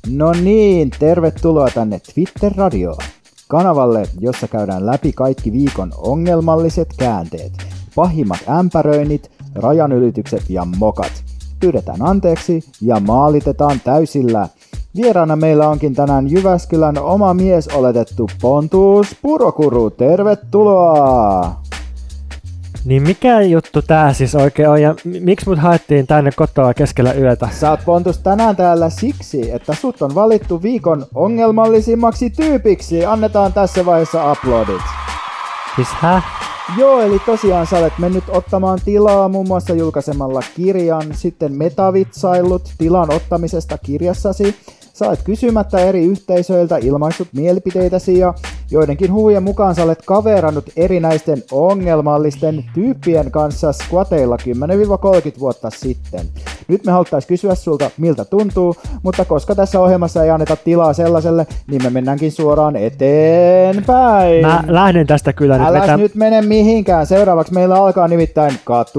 No niin, tervetuloa tänne Twitter-radioon, kanavalle, jossa käydään läpi kaikki viikon ongelmalliset käänteet, pahimmat ämpäröinnit, rajanylitykset ja mokat. Pyydetään anteeksi ja maalitetaan täysillä. Vieraana meillä onkin tänään Jyväskylän oma mies oletettu Pontus Purokuru. Tervetuloa! Niin mikä juttu tää siis oikein on ja miksi mut haettiin tänne kotoa keskellä yötä? Sä oot Pontus tänään täällä siksi, että sut on valittu viikon ongelmallisimmaksi tyypiksi. Annetaan tässä vaiheessa aplodit. Siis Joo, eli tosiaan sä olet mennyt ottamaan tilaa muun muassa julkaisemalla kirjan, sitten metavitsailut tilan ottamisesta kirjassasi. Sä olet kysymättä eri yhteisöiltä ilmaissut mielipiteitäsi ja joidenkin huhujen mukaan sä olet kaverannut erinäisten ongelmallisten tyyppien kanssa squateilla 10-30 vuotta sitten. Nyt me haluttais kysyä sulta, miltä tuntuu, mutta koska tässä ohjelmassa ei anneta tilaa sellaiselle, niin me mennäänkin suoraan eteenpäin. Mä lähden tästä kyllä nyt. Älä nyt mene mihinkään. Seuraavaksi meillä alkaa nimittäin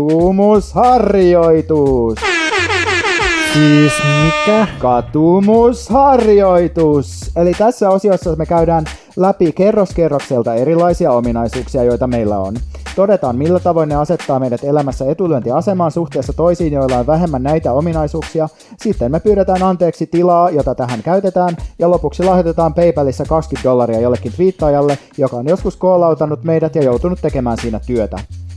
katumusharjoitus. Siis mikä? Katumusharjoitus. Eli tässä osiossa me käydään läpi kerrokselta erilaisia ominaisuuksia, joita meillä on. Todetaan, millä tavoin ne asettaa meidät elämässä etulyöntiasemaan suhteessa toisiin, joilla on vähemmän näitä ominaisuuksia. Sitten me pyydetään anteeksi tilaa, jota tähän käytetään, ja lopuksi lahjoitetaan PayPalissa $20 jollekin twiittaajalle, joka on joskus call-outanut meidät ja joutunut tekemään siinä työtä.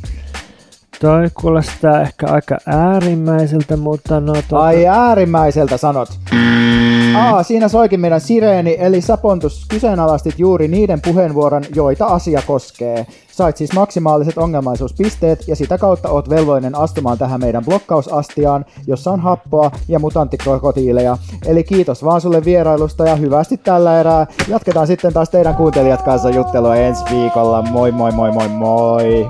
Toi kuulostaa ehkä aika äärimmäiseltä, mutta Ai äärimmäiseltä sanot. Siinä soikin meidän sireeni, eli sä Pontus kyseenalaistit juuri niiden puheenvuoron, joita asia koskee. Sait siis maksimaaliset ongelmaisuuspisteet ja sitä kautta oot velvollinen astumaan tähän meidän blokkausastiaan, jossa on happoa ja mutanttikokotiileja. Eli kiitos vaan sulle vierailusta ja hyvästi tällä erää. Jatketaan sitten taas teidän kuuntelijat kanssa juttelua ensi viikolla. Moi moi moi moi moi!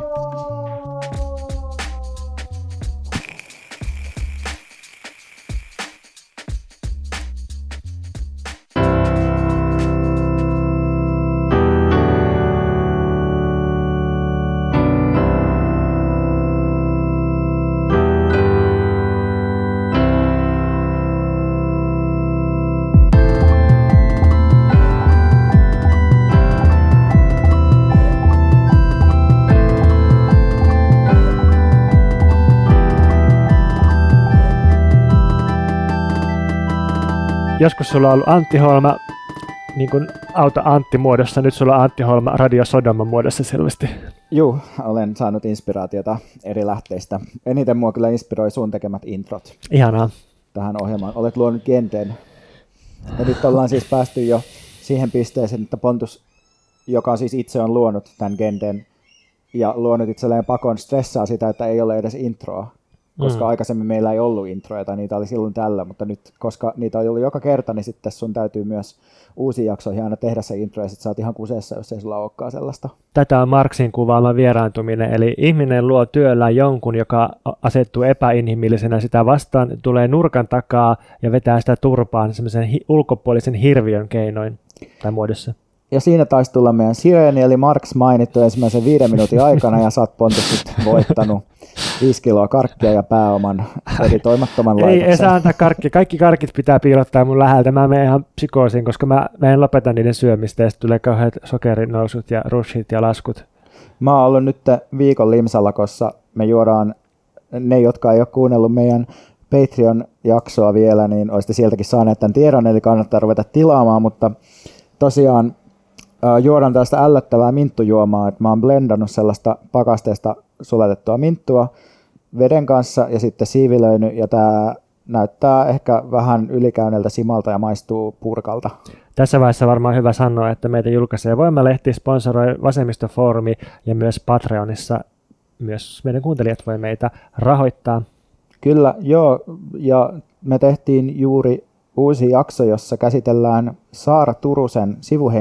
Joskus sulla on ollut Antti Holma niin kuin auto Antti muodossa, nyt sulla on Antti Holma Radio Sodoma muodossa selvästi. Juu, olen saanut inspiraatiota eri lähteistä. Eniten mua kyllä inspiroi sun tekemät introt. Ihanaa. Tähän ohjelmaan. Olet luonut genren. Ja nyt ollaan siis päästy jo siihen pisteeseen, että Pontus, joka siis itse on luonut tämän genren ja luonut itselleen pakon, stressaa sitä, että ei ole edes introa. Koska aikaisemmin meillä ei ollut introja, tai niitä oli silloin tällä, mutta nyt, koska niitä on ollut joka kerta, niin sitten sun täytyy myös uusiin jaksoihin aina tehdä se intro, ja sitten sä oot ihan kuseessa, jos ei sulla olekaan sellaista. Tätä on Marxin kuvaama vieraantuminen, eli ihminen luo työllään jonkun, joka asettuu epäinhimillisenä sitä vastaan, tulee nurkan takaa ja vetää sitä turpaan semmoisen ulkopuolisen hirviön keinoin tai muodossa. Ja siinä taisi tulla meidän sireeni, eli Marx mainittu ensimmäisen 5 minuutin aikana, ja sä oot Pontus voittanut 5 kiloa karkkia ja pääoman editoimattoman laitoksen. Ei saa antaa karkkia. Kaikki karkit pitää piilottaa mun läheltä. Mä menen ihan psykoosiin, koska mä en lopeta niiden syömistä ja sitten tulee kauheat sokerinousut ja rushit ja laskut. Mä oon ollut nyt viikon limsalakossa. Me juodaan, ne jotka ei ole kuunnellut meidän Patreon-jaksoa vielä, niin olisitte sieltäkin saaneet tämän tiedon, eli kannattaa ruveta tilaamaan, mutta tosiaan juodaan tästä ällöttävää minttujuomaa, että mä oon blendannut sellaista pakasteesta sulatettua minttua veden kanssa ja sitten siivilöinyt, ja tää näyttää ehkä vähän ylikäyneeltä simalta ja maistuu purkalta. Tässä vaiheessa varmaan hyvä sanoa, että meitä julkaisee Voimalehti, sponsoroi Vasemmistofoorumi ja myös Patreonissa myös meidän kuuntelijat voi meitä rahoittaa. Kyllä, joo, ja me tehtiin juuri uusi jakso, jossa käsitellään Saara Turusen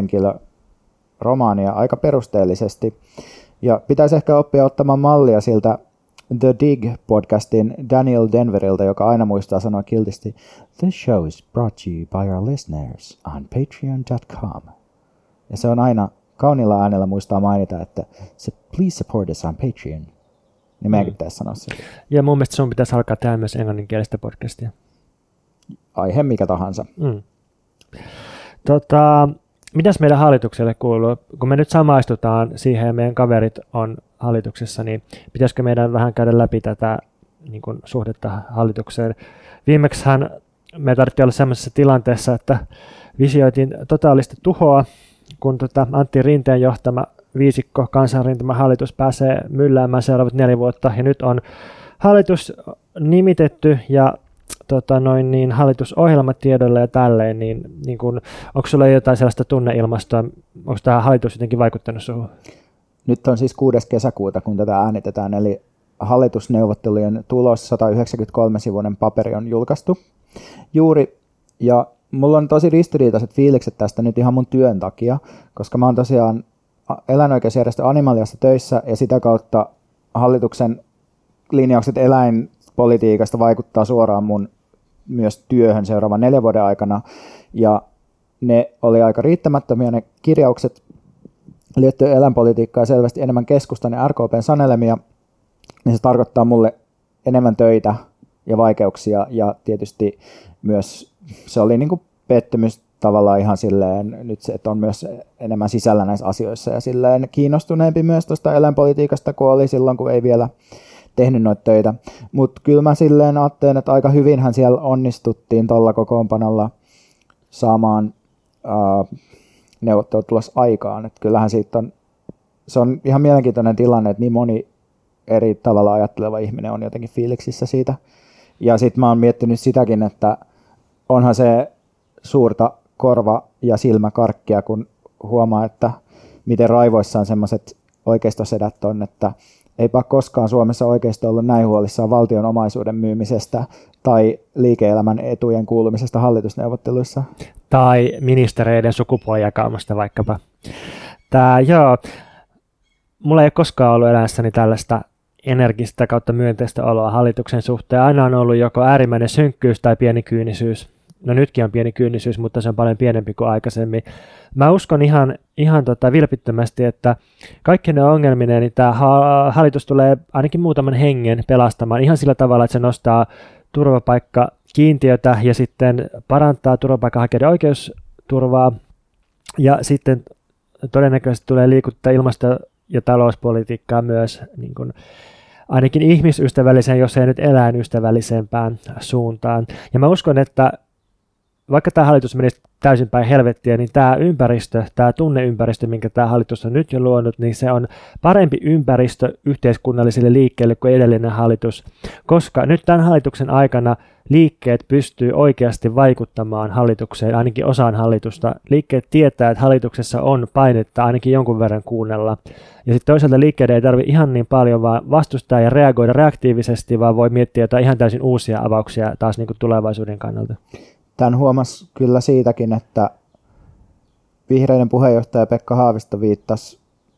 sivuhenkilöromaania aika perusteellisesti. Ja pitäisi ehkä oppia ottamaan mallia siltä The Dig-podcastin Daniel Denveriltä, joka aina muistaa sanoa kiltisti, "This show is brought to you by our listeners on patreon.com." Ja se on aina kauniilla äänellä muistaa mainita, että please support us on Patreon. Niin meidänkin pitäisi sanoa se. Ja mun mielestä sun pitäisi alkaa tehdä myös englanninkielistä podcastia. Aihe mikä tahansa. Mitäs meidän hallitukselle kuuluu? Kun me nyt samaistutaan siihen ja meidän kaverit on hallituksessa, niin pitäisikö meidän vähän käydä läpi tätä niin kuin suhdetta hallitukseen? Viimeksihän me tarvittiin olla sellaisessa tilanteessa, että visioitiin totaalista tuhoa, kun Antti Rinteen johtama viisikko kansanrintama hallitus pääsee mylläämään seuraavat 4 vuotta, ja nyt on hallitus nimitetty ja hallitusohjelmatiedolla ja tälleen, niin kun, onko sulla jotain sellaista tunneilmastoa, onko tämä hallitus jotenkin vaikuttanut sinuun? Nyt on siis 6. kesäkuuta, kun tätä äänitetään, eli hallitusneuvottelujen tulos, 193-sivuinen paperi on julkaistu juuri, ja mulla on tosi ristiriitaiset fiilikset tästä nyt ihan mun työn takia, koska mä oon tosiaan eläinoikeusjärjestö Animaliassa töissä, ja sitä kautta hallituksen linjaukset eläinpolitiikasta vaikuttaa suoraan mun myös työhön seuraavan 4 vuoden aikana, ja ne oli aika riittämättömiä ne kirjaukset liittyen eläinpolitiikkaan selvästi enemmän keskustan ja RKPn sanelemia, niin se tarkoittaa mulle enemmän töitä ja vaikeuksia, ja tietysti myös se oli niin kuin pettymys tavallaan ihan silleen nyt se, että on myös enemmän sisällä näissä asioissa ja silleen kiinnostuneempi myös tuosta eläinpolitiikasta kuin oli silloin, kun ei vielä tehnyt noita töitä. Mutta kyllä mä silleen ajattelen, että aika hyvinhän siellä onnistuttiin tuolla kokoonpanolla saamaan neuvottelutulos aikaan. Et kyllähän siitä se on ihan mielenkiintoinen tilanne, että niin moni eri tavalla ajatteleva ihminen on jotenkin fiiliksissä siitä. Ja sitten mä oon miettinyt sitäkin, että onhan se suurta korva- ja silmäkarkkia, kun huomaa, että miten raivoissaan semmoiset oikeistosedät on, että eipä koskaan Suomessa oikeisto ollut näin huolissaan valtion omaisuuden myymisestä tai liike-elämän etujen kuulumisesta hallitusneuvotteluissa. Tai ministereiden sukupuolijakaumasta vaikkapa. Mulla ei ole koskaan ollut elämässäni tällaista energistä kautta myönteistä oloa hallituksen suhteen. Aina on ollut joko äärimmäinen synkkyys tai pieni kyynisyys. No nytkin on pieni kyynisyys, mutta se on paljon pienempi kuin aikaisemmin. Mä uskon ihan vilpittömästi, että kaikki ne ongelmineen, niin tämä hallitus tulee ainakin muutaman hengen pelastamaan ihan sillä tavalla, että se nostaa turvapaikkakiintiötä ja sitten parantaa turvapaikkahakijoiden oikeusturvaa ja sitten todennäköisesti tulee liikuttaa ilmasto- ja talouspolitiikkaa myös niin kuin ainakin ihmisystävälliseen, jos ei nyt eläinystävällisempään suuntaan. Ja mä uskon, että vaikka tämä hallitus menisi täysin päin helvettiä, niin tämä ympäristö, tämä tunneympäristö, minkä tämä hallitus on nyt jo luonut, niin se on parempi ympäristö yhteiskunnallisille liikkeille kuin edellinen hallitus, koska nyt tämän hallituksen aikana liikkeet pystyy oikeasti vaikuttamaan hallitukseen, ainakin osaan hallitusta. Liikkeet tietää, että hallituksessa on painetta ainakin jonkun verran kuunnella. Ja sitten toisaalta liikkeiden ei tarvitse ihan niin paljon vaan vastustaa ja reagoida reaktiivisesti, vaan voi miettiä jotain ihan täysin uusia avauksia taas niin kuin tulevaisuuden kannalta. Tämän huomasi kyllä siitäkin, että vihreiden puheenjohtaja Pekka Haavisto viittasi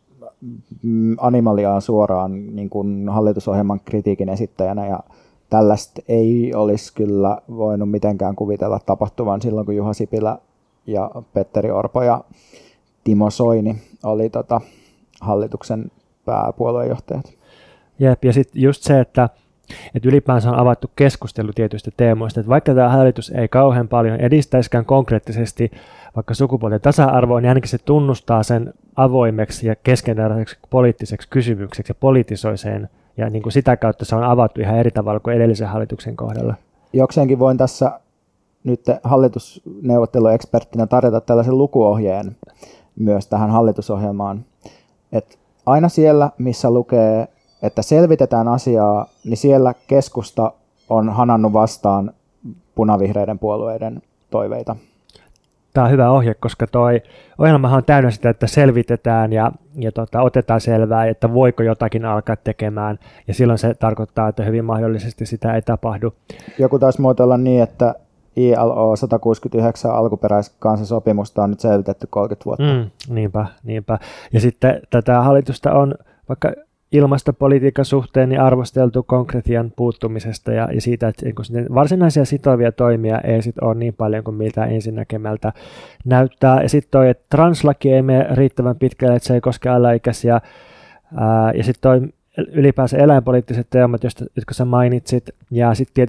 Animaliaan suoraan niin kuin hallitusohjelman kritiikin esittäjänä, ja tällaista ei olisi kyllä voinut mitenkään kuvitella tapahtuvan silloin, kun Juha Sipilä ja Petteri Orpo ja Timo Soini oli hallituksen pääpuoluejohtajat. Jep, ja sitten just se, että ylipäänsä on avattu keskustelu tietyistä teemoista, että vaikka tämä hallitus ei kauhean paljon edistäisikään konkreettisesti vaikka sukupuolten tasa-arvoa, niin ainakin se tunnustaa sen avoimeksi ja keskeneräiseksi poliittiseksi kysymykseksi ja politisoi ja niin kuin sitä kautta se on avattu ihan eri tavalla kuin edellisen hallituksen kohdalla. Jokseenkin voin tässä nyt hallitusneuvottelueksperttinä tarjota tällaisen lukuohjeen myös tähän hallitusohjelmaan, että aina siellä, missä lukee, että selvitetään asiaa, niin siellä keskusta on hanannut vastaan punavihreiden puolueiden toiveita. Tämä on hyvä ohje, koska toi ohjelmahan on täynnä sitä, että selvitetään ja otetaan selvää, että voiko jotakin alkaa tekemään, ja silloin se tarkoittaa, että hyvin mahdollisesti sitä ei tapahdu. Joku taisi muotoilla niin, että ILO 169 alkuperäiskansasopimusta on nyt selvitetty 30 vuotta. Niinpä. Ja sitten tätä hallitusta on vaikka ilmastopolitiikan suhteen niin arvosteltu konkretian puuttumisesta ja siitä, että varsinaisia sitovia toimia ei sit ole niin paljon kuin miltä ensinnäkemältä näyttää. Ja sitten toi, että translaki ei mene riittävän pitkälle, että se ei koske alaikäisiä. Ja sitten toi ylipäänsä eläinpoliittiset teemat, jotka sä mainitsit. Ja sitten tietysti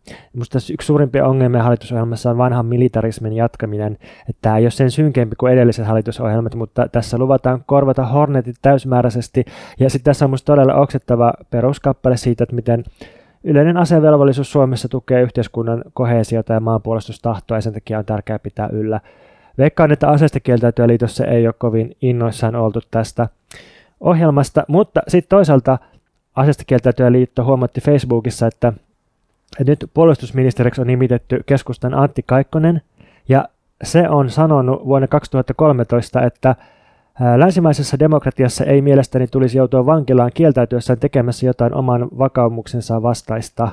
Minusta yksi suurimpia ongelmia hallitusohjelmassa on vanhan militarismin jatkaminen, että tämä ei ole sen synkempi kuin edelliset hallitusohjelmat, mutta tässä luvataan korvata Hornetit täysmääräisesti, ja sitten tässä on minusta todella oksettava peruskappale siitä, että miten yleinen asevelvollisuus Suomessa tukee yhteiskunnan koheesiota ja maanpuolustustahtoa, ja sen takia on tärkeää pitää yllä. Veikkaan, että Aseistakieltäytyjäliitossa ei ole kovin innoissaan oltu tästä ohjelmasta, mutta sitten toisaalta Aseistakieltäytyjäliitto huomautti Facebookissa, että nyt puolustusministeriksi on nimitetty keskustan Antti Kaikkonen, ja se on sanonut vuonna 2013, että länsimaisessa demokratiassa ei mielestäni tulisi joutua vankilaan kieltäytyessään tekemässä jotain oman vakaumuksensa vastaista.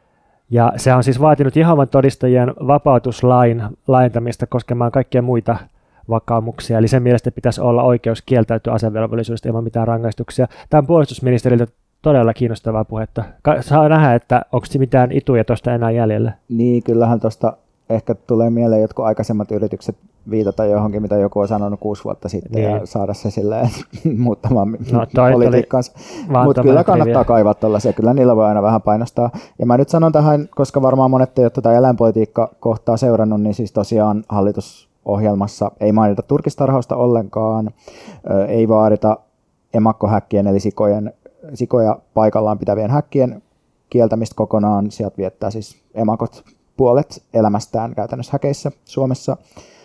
Ja se on siis vaatinut Jehovan todistajien vapautuslain laajentamista koskemaan kaikkia muita vakaumuksia. Eli sen mielestä pitäisi olla oikeus kieltäytyä asevelvollisuudesta ilman mitään rangaistuksia. Tämä on puolustusministeriltä todella kiinnostavaa puhetta. Saa nähdä, että onko mitään ituja tuosta enää jäljellä. Niin, kyllähän tuosta ehkä tulee mieleen jotkut aikaisemmat yritykset viitata johonkin, mitä joku on sanonut 6 vuotta sitten niin. Ja saada se silleen muuttamaan politiikkaansa. Mutta kyllä kannattaa kaivaa tuollaisia, kyllä niillä voi aina vähän painostaa. Ja mä nyt sanon tähän, koska varmaan monet ei ole tätä eläinpolitiikka-kohtaa seurannut, niin siis tosiaan hallitusohjelmassa ei mainita turkistarhausta ollenkaan, ei vaadita emakkohäkkien eli sikoja paikallaan pitävien häkkien kieltämistä kokonaan. Sieltä viettää siis emakot puolet elämästään käytännössä häkeissä Suomessa.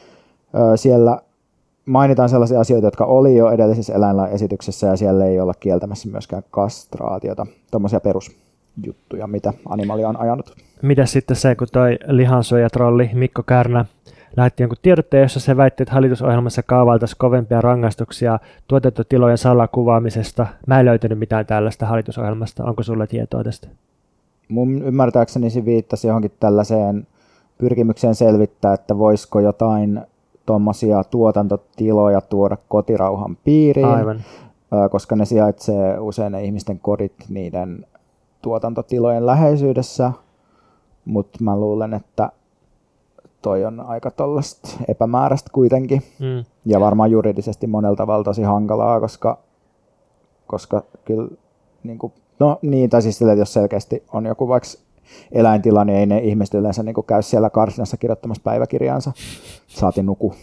Siellä mainitaan sellaisia asioita, jotka oli jo edellisessä eläinlain-esityksessä, ja siellä ei olla kieltämässä myöskään kastraatiota. Tuommoisia perusjuttuja, mitä Animalia on ajanut. Mitäs sitten se, kun toi lihansyöjätrolli Mikko Kärnä lähetti jonkun tiedotteen, jossa se väitti, että hallitusohjelmassa kaavailtaisiin kovempia rangaistuksia tuotantotilojen salakuvaamisesta. Mä en löytänyt mitään tällaista hallitusohjelmasta. Onko sulla tietoa tästä? Mun ymmärtääkseni se viittasi johonkin tällaiseen pyrkimykseen selvittää, että voisiko jotain tuommoisia tuotantotiloja tuoda kotirauhan piiriin, aivan. Koska ne sijaitsee usein ne ihmisten kodit niiden tuotantotilojen läheisyydessä, mutta mä luulen, että toi on aika tollaista epämääräistä kuitenkin, ja varmaan juridisesti monella tavalla tosi hankalaa, koska kyllä niin kuin, no niin, tai siis sille, että jos selkeästi on joku vaikka eläintila, niin ei ne ihmiset yleensä niin käy siellä karsinassa kirjoittamassa päiväkirjaansa. Saati nuku.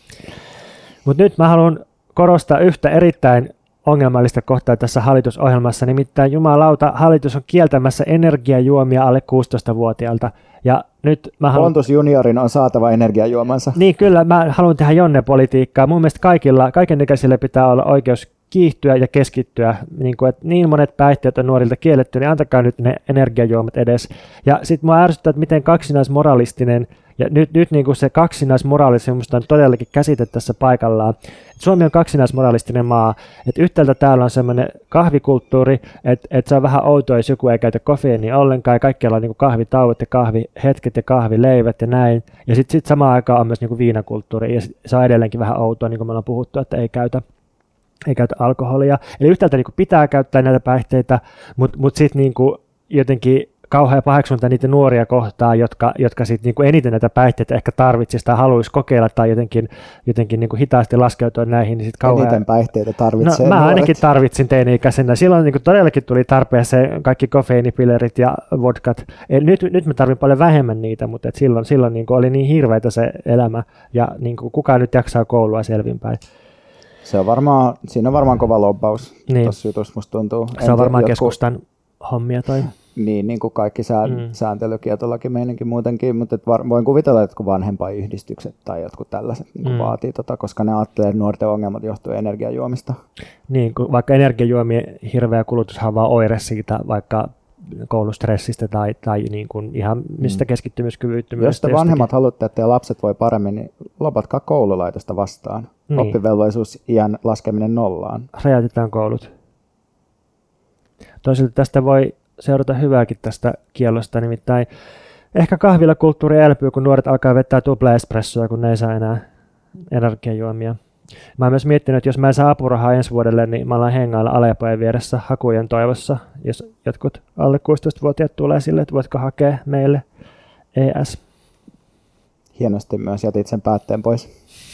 Mutta nyt mä haluan korostaa yhtä erittäin ongelmallista kohtaa tässä hallitusohjelmassa, nimittäin jumalauta, hallitus on kieltämässä energiajuomia alle 16-vuotiailta. Ja nyt Pontus juniorin on saatava energiajuomansa. Niin kyllä, mä haluan tehdä Jonne-politiikkaa. Mun mielestä kaikenikäisille pitää olla oikeus kiihtyä ja keskittyä, niin monet päihteet on nuorilta kielletty, niin antakaa nyt ne energiajuomat edes. Ja sitten mua ärsyttää, että miten kaksinaismoralistinen, ja nyt niin kuin se kaksinaismoraalisuus on todellakin käsite tässä paikallaan. Suomi on kaksinaismoralistinen maa, että yhtäältä täällä on semmoinen kahvikulttuuri, että se on vähän outoa, jos joku ei käytä kofeiinia ollenkaan, ja kaikkialla on niin kuin kahvitauot ja kahvihetket ja kahvileivät ja näin, ja sitten samaan aikaan on myös niin kuin viinakulttuuri, ja se on edelleenkin vähän outoa, niin kuin me ollaan puhuttu, että ei käytä alkoholia. Eli yhtäältä niin kuin pitää käyttää näitä päihteitä, mutta sitten niin kuin jotenkin kauhean paheksunta niitä nuoria kohtaan, jotka sitten niin kuin eniten näitä päihteitä ehkä tarvitsisi tai haluaisi kokeilla tai jotenkin niin kuin hitaasti laskeutua näihin. Niin sit kauhean... Eniten päihteitä tarvitsee Mä nuoret. ainakin tarvitsin teini-ikäisenä. Silloin niin kuin todellakin tuli tarpeeseen kaikki kofeiinipillerit ja vodkat. Nyt mä tarvin paljon vähemmän niitä, mutta silloin niin kuin oli niin hirveätä se elämä ja niin kuin kukaan nyt jaksaa koulua selvinpäin. Siinä on varmaan kova lobbaus tuossa jutussa, musta tuntuu. Se on varmaan keskustan hommia toi. Niin kuin kaikki sääntelykietolaki meininkin muutenkin, mutta voin kuvitella, että vanhempainyhdistykset tai jotkut tällaiset niin vaatii koska ne ajattelee, että nuorten ongelmat johtuu energiajuomista. Niin, vaikka energiajuomien hirveä kulutushan on vaan oire siitä, vaikka koulustressistä tai niin kuin ihan mistä keskittymiskyvyttömyydestä. Jos te vanhemmat haluatte, että teidän lapset voi paremmin, niin lopatkaa koululaitosta vastaan. Niin. Oppivelvollisuus iän laskeminen 0. Rajoitetaan koulut. Toisaalta tästä voi seurata hyvääkin tästä kiellosta, nimittäin ehkä kahvilakulttuuri elpyy, kun nuoret alkaa vetää tupla-espressoa, kun ne ei saa enää energiajuomia. Mä oon myös miettinyt, että jos mä en saa apurahaa ensi vuodelle, niin mä ollaan hengailla Alepojen vieressä hakujen toivossa, jos jotkut alle 16-vuotiaat tulee sille, että voitko hakea meille ES. Hienosti myös jätit sen päätteen pois.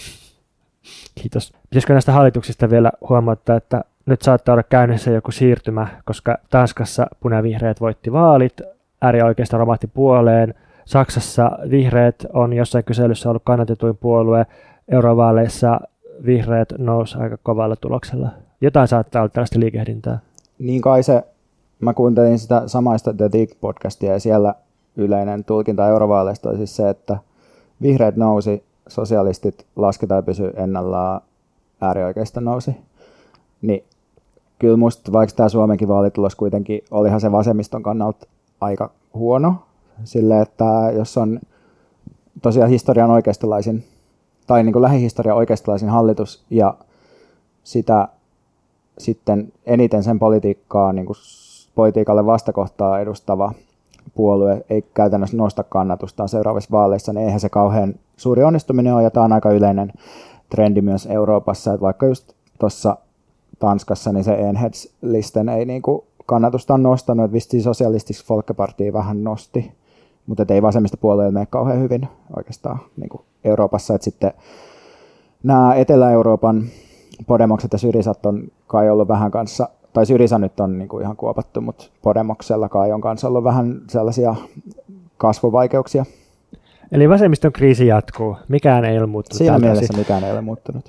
Kiitos. Pitäisikö näistä hallituksista vielä huomauttaa, että nyt saattaa olla käynnissä joku siirtymä, koska Tanskassa punavihreät voitti vaalit, äärioikeista romahti puoleen. Saksassa vihreät on jossain kyselyssä ollut kannatetuin puolue. Eurovaaleissa vihreät nousi aika kovalla tuloksella. Jotain saattaa olla tällaista liikehdintää. Niin kai se, mä kuuntelin sitä samaista The Dig-podcastia ja siellä yleinen tulkinta eurovaaleista oli siis se, että vihreät nousi, sosialistit laski tai pysy ennallaan, äärioikeista nousi. Niin kyllä musta, vaikka tämä Suomenkin vaalitulos kuitenkin, olihan se vasemmiston kannalta aika huono. Sille, että jos on tosiaan historian oikeistolaisin, tai niin kuin lähihistorian oikeistolaisin hallitus, ja sitä sitten eniten sen niin kuin politiikalle vastakohtaa edustava puolue ei käytännössä nosta kannatustaan seuraavissa vaaleissa, niin eihän se kauhean suuri onnistuminen ole, ja tämä on aika yleinen trendi myös Euroopassa, että vaikka just tuossa Tanskassa, niin se Enhedslisten ei niin kuin kannatustaan nostanut, että vissiin sosialistisk Folkeparti vähän nosti, mutta ei vasemmistopuolueille mene kauhean hyvin oikeastaan niin kuin Euroopassa, että sitten nämä Etelä-Euroopan Podemokset ja Syrisat on kai ollut vähän kanssa, tai Syriza nyt on niin kuin ihan kuopattu, mutta Podemoksella kai on kanssa ollut vähän sellaisia kasvuvaikeuksia. Eli vasemmiston kriisi jatkuu. Mikään ei ole muuttunut. Siinä mielessä mikään ei ole muuttunut.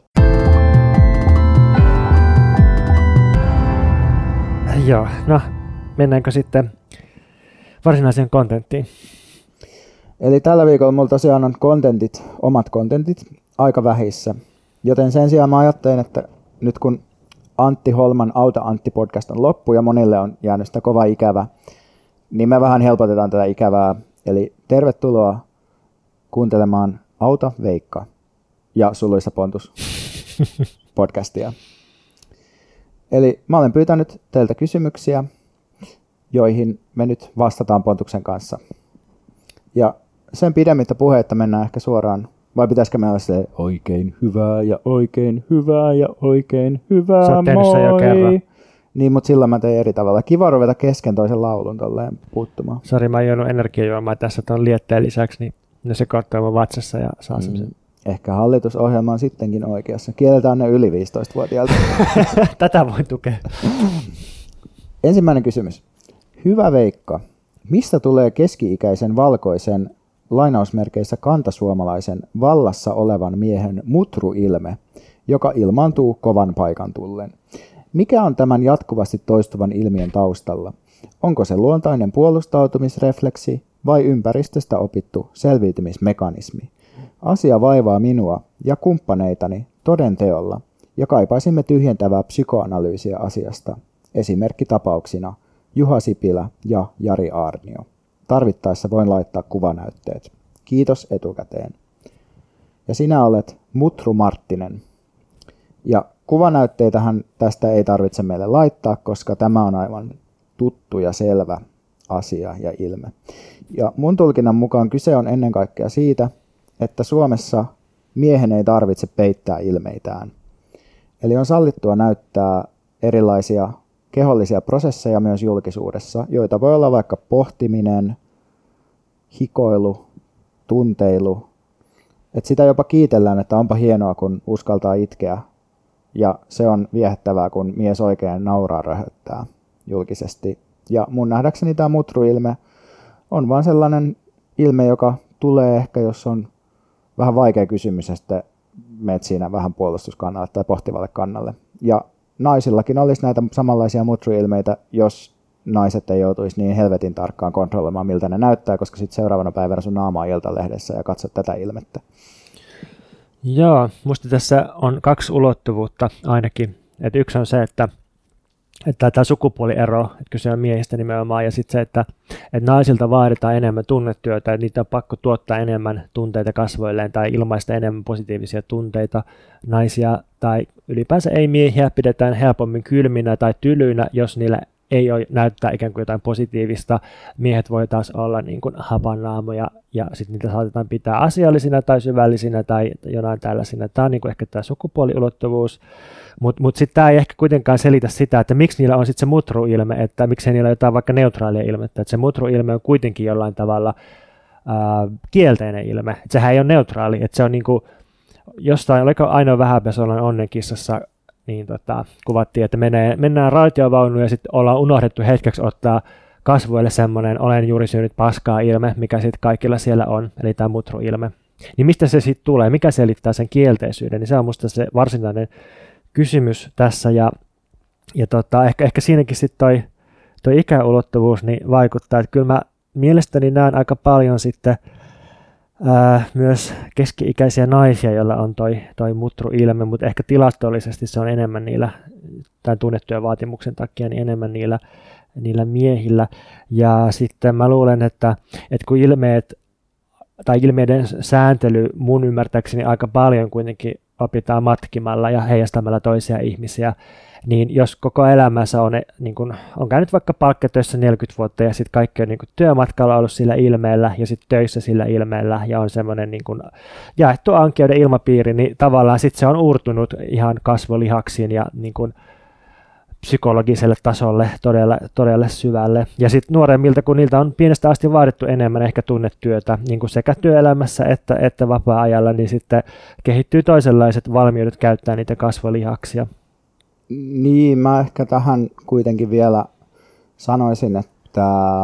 Joo, no mennäänkö sitten varsinaiseen kontenttiin? Eli tällä viikolla mulla tosiaan on omat kontentit aika vähissä. Joten sen sijaan mä ajattelin, että nyt kun Antti Holman Auta Antti podcast on loppu ja monille on jäänyt sitä kova ikävä, niin me vähän helpotetaan tätä ikävää. Eli tervetuloa kuuntelemaan Auta Veikka ja suluissa Pontus podcastia. Eli mä olen pyytänyt teiltä kysymyksiä, joihin me nyt vastataan Pontuksen kanssa. Ja sen pidemmittä puheitta mennään ehkä suoraan, vai pitäisikö meillä olla se oikein hyvää ja oikein hyvää ja oikein hyvää, sä oot tehnyt sen jo kerran. Niin, mutta silloin mä tein eri tavalla. Kiva ruveta kesken toisen laulun tolleen puuttumaan. Sori, mä oon juonut energiajuomaa tässä ton lietteen lisäksi, niin ne sekoittaa mun vatsassa ja saa semmoisen. Ehkä hallitusohjelma on sittenkin oikeassa. Kielletään ne yli 15-vuotiailta. Tätä voi tukea. Ensimmäinen kysymys. Hyvä Veikka, mistä tulee keski-ikäisen valkoisen lainausmerkeissä kantasuomalaisen vallassa olevan miehen mutruilme, joka ilmaantuu kovan paikan tullen? Mikä on tämän jatkuvasti toistuvan ilmiön taustalla? Onko se luontainen puolustautumisrefleksi vai ympäristöstä opittu selviytymismekanismi? Asia vaivaa minua ja kumppaneitani toden teolla ja kaipaisimme tyhjentävää psykoanalyysiä asiasta. Esimerkkitapauksina Juha Sipilä ja Jari Aarnio. Tarvittaessa voin laittaa kuvanäytteet. Kiitos etukäteen. Ja sinä olet Mutru Marttinen. Ja kuvanäytteitähän tästä ei tarvitse meille laittaa, koska tämä on aivan tuttu ja selvä asia ja ilme. Ja mun tulkinnan mukaan kyse on ennen kaikkea siitä, että Suomessa miehen ei tarvitse peittää ilmeitään. Eli on sallittua näyttää erilaisia kehollisia prosesseja myös julkisuudessa, joita voi olla vaikka pohtiminen, hikoilu, tunteilu. Että sitä jopa kiitellään, että onpa hienoa, kun uskaltaa itkeä. Ja se on viehättävää, kun mies oikein nauraa röhöttää julkisesti. Ja mun nähdäkseni tämä mutruilme on vaan sellainen ilme, joka tulee ehkä, jos on vähän vaikea kysymys, ja sitten menet siinä vähän puolustuskannalle tai pohtivalle kannalle. Ja naisillakin olisi näitä samanlaisia mutruilmeitä, jos naiset ei joutuisi niin helvetin tarkkaan kontrolloimaan, miltä ne näyttää, koska sitten seuraavana päivänä sun naama on Iltalehdessä ja katsot tätä ilmettä. Joo, musta tässä on kaksi ulottuvuutta ainakin. Et yksi on se, että tämä sukupuoliero, että kyse on miehistä nimenomaan, ja sitten se, että naisilta vaaditaan enemmän tunnetyötä, että niitä on pakko tuottaa enemmän tunteita kasvoilleen tai ilmaista enemmän positiivisia tunteita. Naisia tai ylipäänsä ei miehiä pidetään helpommin kylminä tai tylyinä, jos niillä ei ole näyttää ikään kuin jotain positiivista. Miehet voi taas olla niin kuin hapannaamoja ja sitten niitä saatetaan pitää asiallisina tai syvällisinä tai jonain tällaisina. Tämä on niin kuin ehkä tämä sukupuoliulottuvuus. Mutta sitten tämä ei ehkä kuitenkaan selitä sitä, että miksi niillä on sitten se mutruilme, että miksei niillä ole jotain vaikka neutraalia ilmettä. Että se mutruilme on kuitenkin jollain tavalla kielteinen ilme. Että sehän ei ole neutraali. Että se on niin kuin jostain, oliko Ainoa Vähäpesolan Onnenkissassa, niin kuvattiin, että mennään raitiovaunuun ja sitten ollaan unohdettu hetkeksi ottaa kasvoille semmoinen olen juuri syönyt paskaa ilme, mikä sitten kaikilla siellä on, eli tämä mutru-ilme. Niin mistä se sitten tulee, mikä selittää sen kielteisyyden, niin se on musta se varsinainen kysymys tässä, ja ehkä siinäkin sitten toi ikäulottuvuus niin vaikuttaa, että kyllä mä mielestäni näen aika paljon sitten myös keski-ikäisiä naisia, joilla on toi mutru-ilme, mutta ehkä tilastollisesti se on enemmän niillä, tämän tunnettujen vaatimuksen takia, niin enemmän niillä miehillä. Ja sitten mä luulen, että kun ilmeiden sääntely mun ymmärtääkseni aika paljon kuitenkin opitaan matkimalla ja heijastamalla toisia ihmisiä, niin jos koko elämänsä on käynyt vaikka palkkatöissä 40 vuotta ja sitten kaikki on niin kuin työmatkalla ollut sillä ilmeellä ja sitten töissä sillä ilmeellä ja on semmoinen niin kuin jaettu ankeuden ilmapiiri, niin tavallaan sitten se on uurtunut ihan kasvolihaksiin ja niin kuin psykologiselle tasolle todella syvälle. Ja sitten nuoremmilta, kun niiltä on pienestä asti vaadittu enemmän ehkä tunnetyötä, niin kuin sekä työelämässä että vapaa-ajalla, niin sitten kehittyy toisenlaiset valmiudet käyttää niitä kasvolihaksia. Niin, mä ehkä tähän kuitenkin vielä sanoisin, että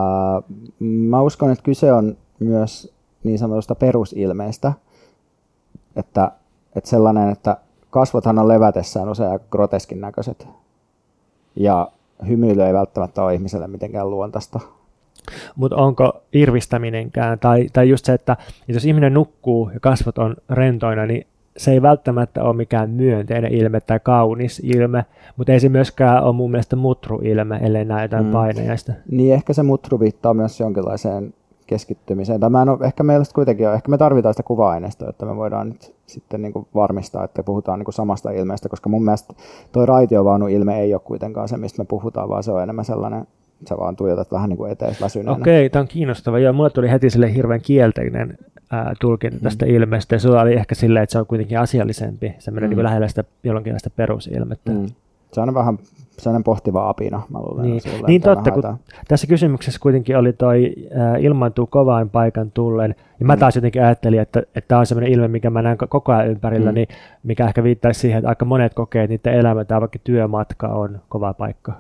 mä uskon, että kyse on myös niin sanotusta perusilmeestä, että sellainen, että kasvothan on levätessään usein aika groteskin näköiset ja hymyily ei välttämättä ole ihmiselle mitenkään luontaista. Mutta onko irvistäminenkään, tai just se, että jos ihminen nukkuu ja kasvot on rentoina, niin se ei välttämättä ole mikään myönteinen ilme tai kaunis ilme, mutta ei se myöskään ole mun mielestä mutru-ilme, ellei näe jotain painajaista. Niin, ehkä se mutru viittaa myös jonkinlaiseen keskittymiseen. Ehkä meillä kuitenkin on, ehkä me tarvitaan sitä kuva-aineistoa, että me voidaan nyt sitten niin kuin varmistaa, että puhutaan niin kuin samasta ilmeestä, koska mun mielestä toi raitiovaunu-ilme ei ole kuitenkaan se, mistä me puhutaan, vaan se on enemmän sellainen, sä vaan tuijotat vähän niin kuin etees väsyneenä. Okei, tämä on kiinnostavaa. Joo, mulle tuli heti sille hirveän kielteinen tulkinta tästä ilmeestä, ja sulla oli ehkä silleen, että se on kuitenkin asiallisempi, semmoinen niin kuin lähellä sitä jonkinlaista perusilmettä. Se on vähän sellainen pohtiva apina, mä luulen. Niin totta, kun tässä kysymyksessä kuitenkin oli toi ilmaantuu kovaan paikan tullen, ja mä taas jotenkin ajattelin, että tämä on sellainen ilme, mikä mä näen koko ajan ympärillä, niin mikä ehkä viittaisi siihen, että aika monet kokee, että niiden elämä tai vaikka työmatka on kova paikka.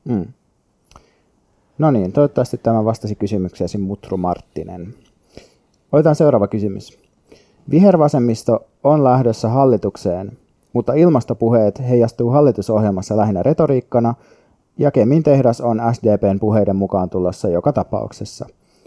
No niin, toivottavasti tämä vastasi kysymykseesi Mutru Marttinen. Otetaan seuraava kysymys. Vihervasemmisto on lähdössä hallitukseen, mutta ilmastopuheet heijastuu hallitusohjelmassa lähinnä retoriikkana, ja Kemin tehdas on SDPn puheiden mukaan tulossa joka tapauksessa.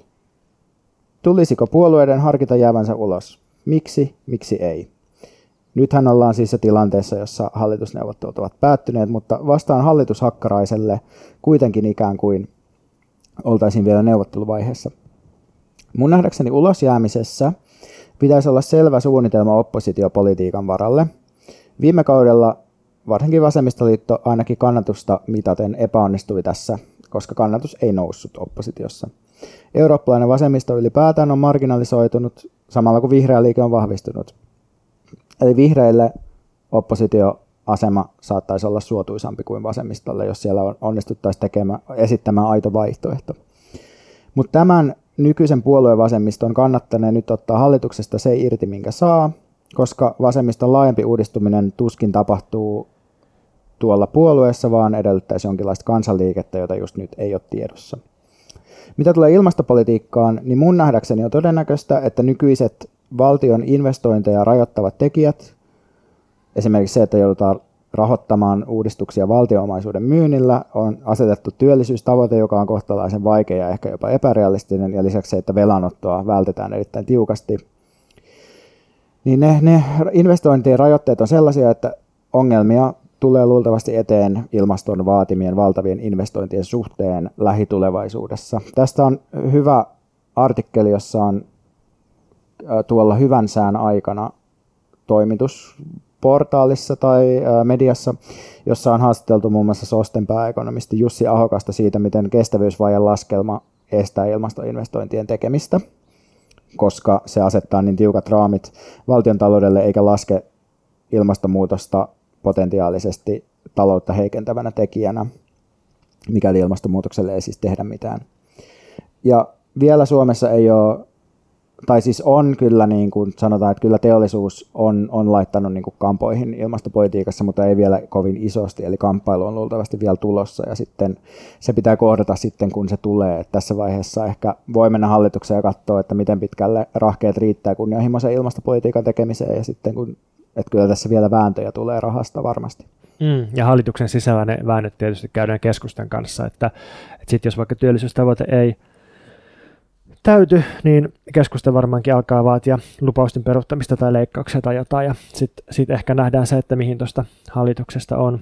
Tulisiko puolueiden harkita jäävänsä ulos? Miksi ei? Nythän ollaan siis se tilanteessa, jossa hallitusneuvottelut ovat päättyneet, mutta vastaan hallitushakkaraiselle kuitenkin ikään kuin oltaisiin vielä neuvotteluvaiheessa. Mun nähdäkseni ulosjäämisessä pitäisi olla selvä suunnitelma oppositiopolitiikan varalle. Viime kaudella varsinkin vasemmistoliitto ainakin kannatusta mitaten epäonnistui tässä, koska kannatus ei noussut oppositiossa. Eurooppalainen vasemmisto ylipäätään on marginalisoitunut samalla kun vihreä liike on vahvistunut. Eli vihreille oppositioasema saattaisi olla suotuisampi kuin vasemmistolle, jos siellä onnistuttaisiin esittämään aito vaihtoehto. Mutta tämän nykyisen puolueen vasemmiston kannattaneen nyt ottaa hallituksesta se irti, minkä saa, koska vasemmiston laajempi uudistuminen tuskin tapahtuu tuolla puolueessa, vaan edellyttäisi jonkinlaista kansanliikettä, jota just nyt ei ole tiedossa. Mitä tulee ilmastopolitiikkaan, niin mun nähdäkseni on todennäköistä, että nykyiset valtion investointeja rajoittavat tekijät, esimerkiksi se, että joudutaan rahoittamaan uudistuksia valtionomaisuuden myynnillä, on asetettu työllisyystavoite, joka on kohtalaisen vaikea ja ehkä jopa epärealistinen, ja lisäksi se, että velanottoa vältetään erittäin tiukasti. Niin ne investointien rajoitteet on sellaisia, että ongelmia tulee luultavasti eteen ilmaston vaatimien valtavien investointien suhteen lähitulevaisuudessa. Tästä on hyvä artikkeli, jossa on tuolla hyvän sään aikana toimitusportaalissa tai mediassa, jossa on haastateltu muun muassa SOSTEn pääekonomisti Jussi Ahokasta siitä, miten kestävyysvajen laskelma estää ilmastoinvestointien tekemistä, koska se asettaa niin tiukat raamit valtiontaloudelle eikä laske ilmastonmuutosta potentiaalisesti taloutta heikentävänä tekijänä, mikäli ilmastonmuutokselle ei siis tehdä mitään. Ja vielä Suomessa ei ole tai siis on kyllä, niin kuin sanotaan, että kyllä teollisuus on laittanut niin kuin kampoihin ilmastopolitiikassa, mutta ei vielä kovin isosti, eli kamppailu on luultavasti vielä tulossa, ja sitten se pitää kohdata sitten, kun se tulee. Että tässä vaiheessa ehkä voi mennä hallitukseen ja katsoa, että miten pitkälle rahkeet riittää kunnianhimoisen ilmastopolitiikan tekemiseen, ja sitten että kyllä tässä vielä vääntöjä tulee rahasta varmasti. Ja hallituksen sisällä ne väännöt tietysti käydään keskustan kanssa, että sitten jos vaikka työllisyystavoite ei täyty, niin keskusta varmaankin alkaa vaatia lupausten peruuttamista tai leikkauksia tai jotain, ja sitten ehkä nähdään se, että mihin tuosta hallituksesta on.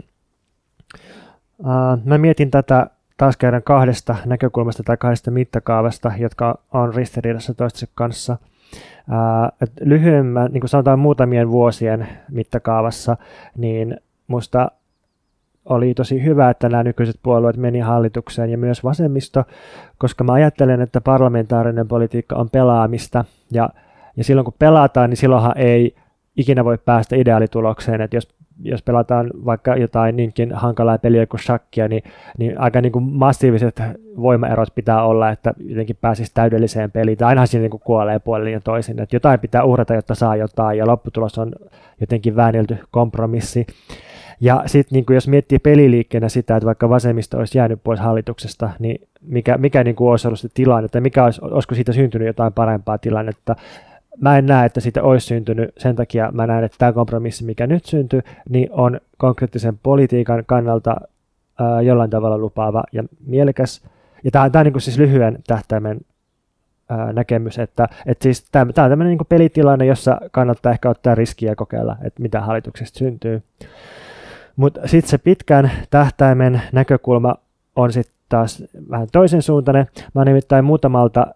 Mä mietin tätä taas kerran kahdesta näkökulmasta tai kahdesta mittakaavasta, jotka on ristiriidassa toistensa kanssa. Lyhyemmän, niin kuin sanotaan muutamien vuosien mittakaavassa, niin musta oli tosi hyvä, että nämä nykyiset puolueet meni hallitukseen ja myös vasemmisto, koska mä ajattelen, että parlamentaarinen politiikka on pelaamista ja silloin kun pelataan, niin silloinhan ei ikinä voi päästä ideaalitulokseen, että jos pelataan vaikka jotain niinkin hankalaa peliä kuin shakkia, niin aika niin kuin massiiviset voimaerot pitää olla, että jotenkin pääsisi täydelliseen peliin. Tai ainahan siinä niin kuin kuolee puolin ja toisin, että jotain pitää uhrata, jotta saa jotain, ja lopputulos on jotenkin väännelty kompromissi. Ja sitten niin jos miettii peliliikkeenä sitä, että vaikka vasemmisto olisi jäänyt pois hallituksesta, niin mikä niin kuin olisi ollut se tilanne, tai olisiko siitä syntynyt jotain parempaa tilannetta. Mä en näe, että siitä olisi syntynyt, sen takia mä näen, että tämä kompromissi, mikä nyt syntyy, niin on konkreettisen politiikan kannalta jollain tavalla lupaava ja mielekäs. Ja tämä on niin kuin siis lyhyen tähtäimen näkemys, että siis tämä on tämmöinen niin kuin pelitilanne, jossa kannattaa ehkä ottaa riskiä ja kokeilla, että mitä hallituksesta syntyy. Mutta sitten se pitkän tähtäimen näkökulma on sitten taas vähän toisen suuntainen. Mä oon nimittäin muutamalta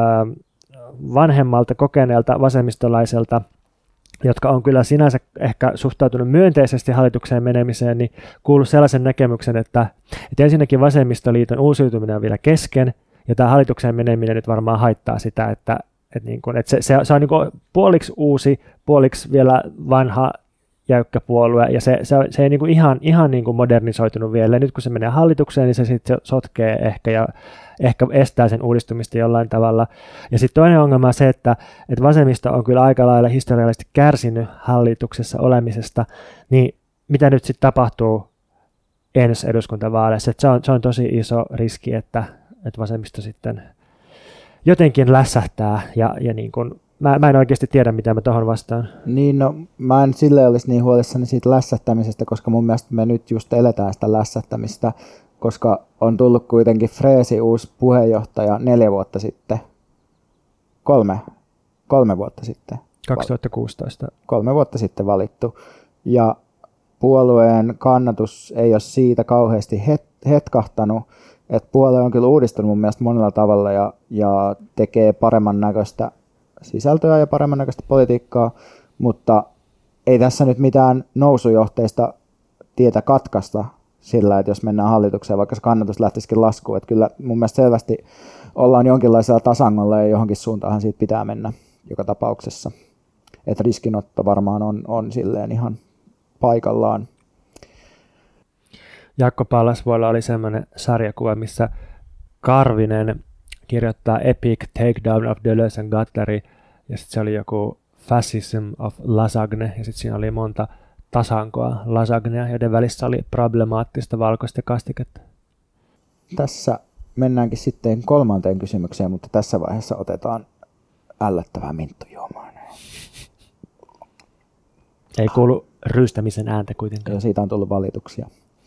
vanhemmalta kokeneelta vasemmistolaiselta, jotka on kyllä sinänsä ehkä suhtautunut myönteisesti hallitukseen menemiseen, niin kuullut sellaisen näkemyksen, että ensinnäkin vasemmistoliiton uusiutuminen on vielä kesken, ja tämä hallitukseen meneminen nyt varmaan haittaa sitä, että se on niin kuin puoliksi uusi, puoliksi vielä vanha jäykkä puolue, ja se ei niin kuin ihan niin kuin modernisoitunut vielä. Nyt kun se menee hallitukseen, niin se sitten sotkee ehkä ja ehkä estää sen uudistumista jollain tavalla. Ja sitten toinen ongelma on se, että vasemmisto on kyllä aika lailla historiallisesti kärsinyt hallituksessa olemisesta, niin mitä nyt sitten tapahtuu ensi eduskuntavaaleissa? Se on tosi iso riski, että vasemmisto sitten jotenkin lässähtää ja niin kuin Mä en oikeasti tiedä, mitä mä tuohon vastaan. Niin, no mä en silleen olisi niin huolissani siitä lässättämisestä, koska mun mielestä me nyt just eletään sitä lässättämistä, koska on tullut kuitenkin freesi uusi puheenjohtaja 4 vuotta sitten. 3 vuotta sitten. 2016. 3 vuotta sitten valittu. Ja puolueen kannatus ei ole siitä kauheasti hetkahtanut. Että puolue on kyllä uudistunut mun mielestä monella tavalla ja tekee paremman näköistä sisältöä ja paremman näköistä politiikkaa, mutta ei tässä nyt mitään nousujohteista tietä katkaista sillä, että jos mennään hallitukseen, vaikka se kannatus lähtisikin laskuun. Että kyllä mun mielestä selvästi ollaan jonkinlaisella tasangolla ja johonkin suuntaan siitä pitää mennä joka tapauksessa. Että riskinotto varmaan on silleen ihan paikallaan. Jaakko Pallasvuolla oli semmoinen sarjakuva, missä Karvinen kirjoittaa Epic Takedown of Deleuze and Guattari, ja sitten se oli joku Fascism of Lasagne, ja sitten siinä oli monta tasankoa lasagnea, joiden välissä oli problemaattista valkoista kastiketta. Tässä mennäänkin sitten 3. kysymykseen, mutta tässä vaiheessa otetaan ällöttävää minttujuomaa. Ei kuulu ryystämisen ääntä kuitenkaan. Ja siitä on tullut valituksia.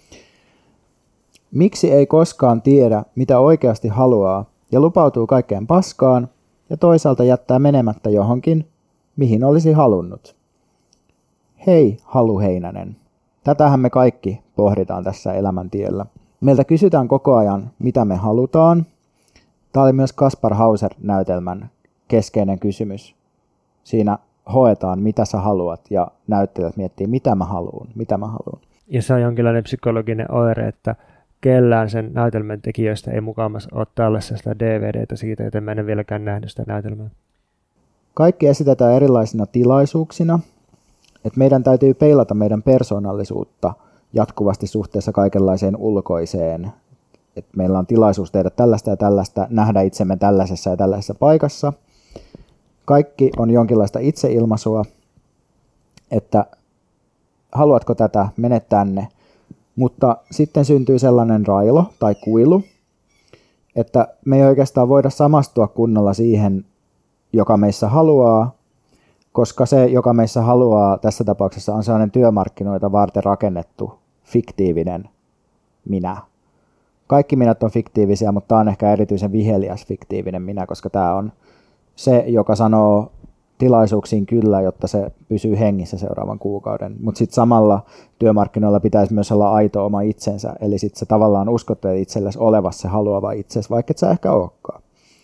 Miksi ei koskaan tiedä, mitä oikeasti haluaa, ja lupautuu kaikkeen paskaan, ja toisaalta jättää menemättä johonkin, mihin olisi halunnut? Hei, Halu Heinänen. Tätähän me kaikki pohditaan tässä elämäntiellä. Meiltä kysytään koko ajan, mitä me halutaan. Tämä oli myös Kaspar Hauser-näytelmän keskeinen kysymys. Siinä hoetaan, mitä sä haluat, ja näyttelijät miettii, mitä mä haluan. Ja se on jonkinlainen psykologinen oire, että kellään sen näytelmän tekijöistä ei mukamas ole tällaista sitä DVDtä siitä, joten mä en vieläkään nähnyt sitä näytelmää. Kaikki esitetään erilaisina tilaisuuksina, että meidän täytyy peilata meidän persoonallisuutta jatkuvasti suhteessa kaikenlaiseen ulkoiseen. Että meillä on tilaisuus tehdä tällaista ja tällaista, nähdä itsemme tällaisessa ja tällaisessa paikassa. Kaikki on jonkinlaista itseilmaisua, että haluatko tätä, mene tänne. Mutta sitten syntyy sellainen railo tai kuilu, että me ei oikeastaan voida samastua kunnolla siihen, joka meissä haluaa, koska se, joka meissä haluaa tässä tapauksessa on sellainen työmarkkinoita varten rakennettu fiktiivinen minä. Kaikki minät on fiktiivisiä, mutta tämä on ehkä erityisen viheliäs fiktiivinen minä, koska tämä on se, joka sanoo tilaisuuksiin kyllä, jotta se pysyy hengissä seuraavan kuukauden. Mutta sitten samalla työmarkkinoilla pitäisi myös olla aito oma itsensä, eli sitten sä tavallaan uskottelet itsellesi olevassa se haluava itsesi, vaikka et sä ehkä olekaan.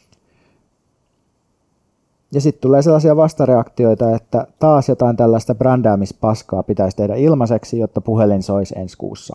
Ja sitten tulee sellaisia vastareaktioita, että taas jotain tällaista brändäämispaskaa pitäisi tehdä ilmaiseksi, jotta puhelin soisi ensi kuussa.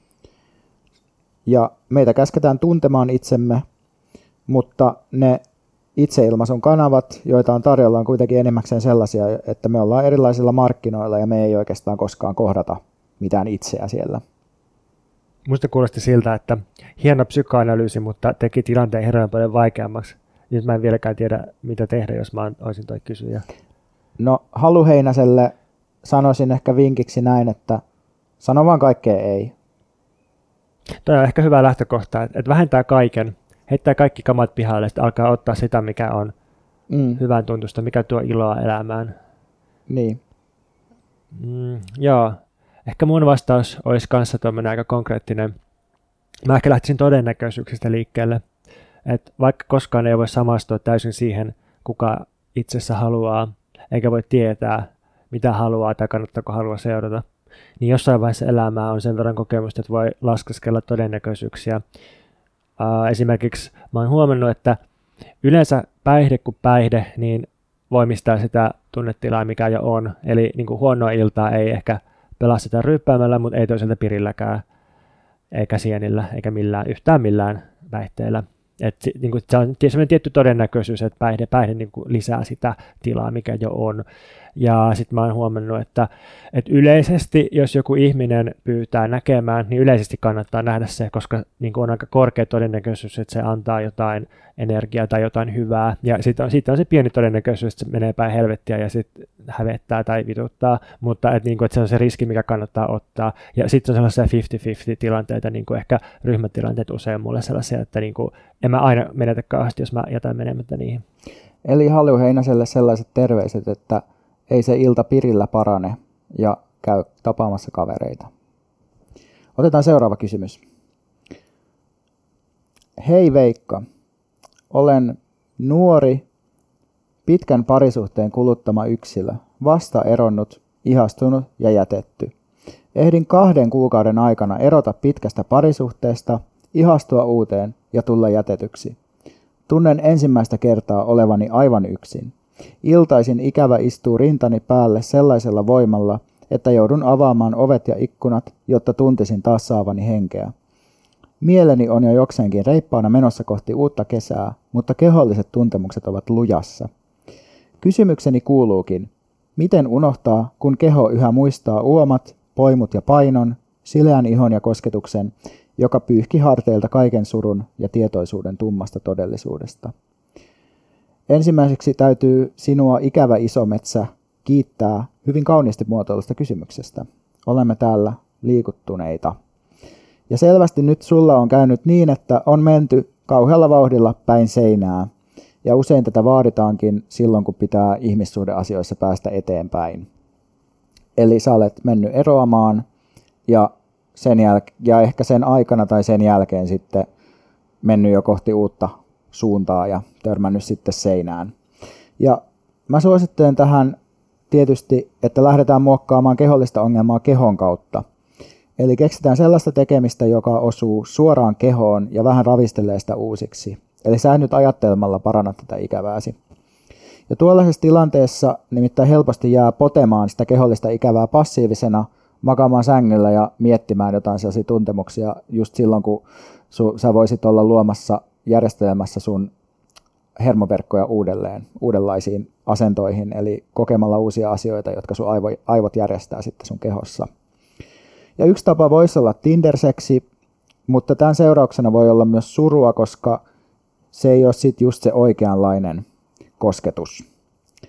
Ja meitä käsketään tuntemaan itsemme, mutta ne itseilmaisun kanavat, joita on tarjolla, on kuitenkin enimmäkseen sellaisia, että me ollaan erilaisilla markkinoilla ja me ei oikeastaan koskaan kohdata mitään itseä siellä. Musta kuulosti siltä, että hieno psykoanalyysi, mutta teki tilanteen hirveän paljon vaikeammaksi. Nyt mä en vieläkään tiedä, mitä tehdä, jos mä olisin toi kysyjä. No, Halu Heinäselle sanoisin ehkä vinkiksi näin, että sano vaan kaikkea ei. Toi on ehkä hyvä lähtökohta, että vähentää kaiken, heittää kaikki kamat pihalle, sitten alkaa ottaa sitä, mikä on hyvän tuntusta, mikä tuo iloa elämään. Niin. Joo, ehkä mun vastaus olisi kanssa tuommoinen aika konkreettinen. Mä ehkä lähtisin todennäköisyyksistä liikkeelle. Että vaikka koskaan ei voi samastua täysin siihen, kuka itsessä haluaa, eikä voi tietää, mitä haluaa tai kannattaako halua seurata, niin jossain vaiheessa elämää on sen verran kokemusta, että voi laskeskella todennäköisyyksiä. Esimerkiksi mä oon huomannut, että yleensä päihde kuin päihde, niin voimistaa sitä tunnetilaa, mikä jo on. Eli niin kuin huonoa iltaa ei ehkä pelasteta ryyppäämällä, mutta ei toisaalta pirilläkään, eikä sienillä, eikä yhtään millään päihteillä. Niin se on sellainen tietty todennäköisyys, että päihde niin lisää sitä tilaa, mikä jo on. Ja sitten mä oon huomannut, että yleisesti, jos joku ihminen pyytää näkemään, niin yleisesti kannattaa nähdä se, koska niin on aika korkea todennäköisyys, että se antaa jotain energiaa tai jotain hyvää. Ja sitten on se pieni todennäköisyys, että se menee päin helvettiä ja sitten hävettää tai vituttaa, mutta että se on se riski, mikä kannattaa ottaa. Ja sitten on sellaisia 50-50 tilanteita, niin kuin ehkä ryhmätilanteet usein mulle sellaisia, että niin kuin en mä aina menetä kauheasti, jos mä jätän menemättä niihin. Eli Halu Heinäselle sellaiset terveiset, että ei se ilta pirillä parane ja käy tapaamassa kavereita. Otetaan seuraava kysymys. Hei Veikka, olen nuori, pitkän parisuhteen kuluttama yksilö, vasta eronnut, ihastunut ja jätetty. Ehdin 2 kuukauden aikana erota pitkästä parisuhteesta, ihastua uuteen ja tulla jätetyksi. Tunnen ensimmäistä kertaa olevani aivan yksin. Iltaisin ikävä istuu rintani päälle sellaisella voimalla, että joudun avaamaan ovet ja ikkunat, jotta tuntisin taas saavani henkeä. Mieleni on jo jokseenkin reippaana menossa kohti uutta kesää, mutta keholliset tuntemukset ovat lujassa. Kysymykseni kuuluukin, miten unohtaa, kun keho yhä muistaa uomat, poimut ja painon, sileän ihon ja kosketuksen, joka pyyhki harteilta kaiken surun ja tietoisuuden tummasta todellisuudesta. Ensimmäiseksi täytyy sinua ikävä isometsä kiittää hyvin kauniisti muotoilusta kysymyksestä. Olemme täällä liikuttuneita. Ja selvästi nyt sulla on käynyt niin, että on menty kauhealla vauhdilla päin seinää. Ja usein tätä vaaditaankin silloin, kun pitää ihmissuhdeasioissa päästä eteenpäin. Eli sä olet mennyt eroamaan ja ehkä sen aikana tai sen jälkeen sitten mennyt jo kohti uutta suuntaa ja törmännyt sitten seinään. Ja mä suosittelen tähän tietysti, että lähdetään muokkaamaan kehollista ongelmaa kehon kautta. Eli keksitään sellaista tekemistä, joka osuu suoraan kehoon ja vähän ravistelee sitä uusiksi. Eli sä nyt ajattelemalla paranna tätä ikävääsi. Ja tuollaisessa tilanteessa nimittäin helposti jää potemaan sitä kehollista ikävää passiivisena, makaamaan sängyllä ja miettimään jotain sellaisia tuntemuksia just silloin, kun sä voisit olla luomassa, järjestelemässä sun hermoverkkoja uudenlaisiin asentoihin, eli kokemalla uusia asioita, jotka sun aivot järjestää sitten sun kehossa. Ja yksi tapa voisi olla Tinder-seksi, mutta tämän seurauksena voi olla myös surua, koska se ei ole sitten just se oikeanlainen kosketus.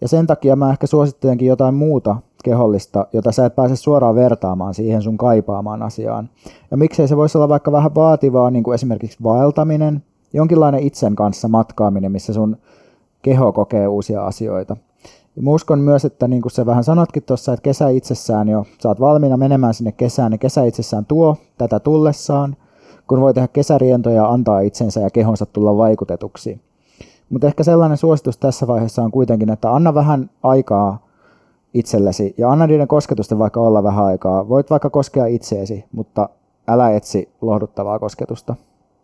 Ja sen takia mä ehkä suosittelenkin jotain muuta kehollista, jota sä et pääse suoraan vertaamaan siihen sun kaipaamaan asiaan. Ja miksei se voisi olla vaikka vähän vaativaa, niin kuin esimerkiksi vaeltaminen, jonkinlainen itsen kanssa matkaaminen, missä sun keho kokee uusia asioita. Ja mä uskon myös, että niin kuin sä vähän sanotkin tuossa, että kesä itsessään jo, sä oot valmiina menemään sinne kesään, niin kesä itsessään tuo tätä tullessaan, kun voi tehdä kesärientoja ja antaa itsensä ja kehonsa tulla vaikutetuksi. Mutta ehkä sellainen suositus tässä vaiheessa on kuitenkin, että anna vähän aikaa itsellesi ja anna niiden kosketusten vaikka olla vähän aikaa. Voit vaikka koskea itseesi, mutta älä etsi lohduttavaa kosketusta.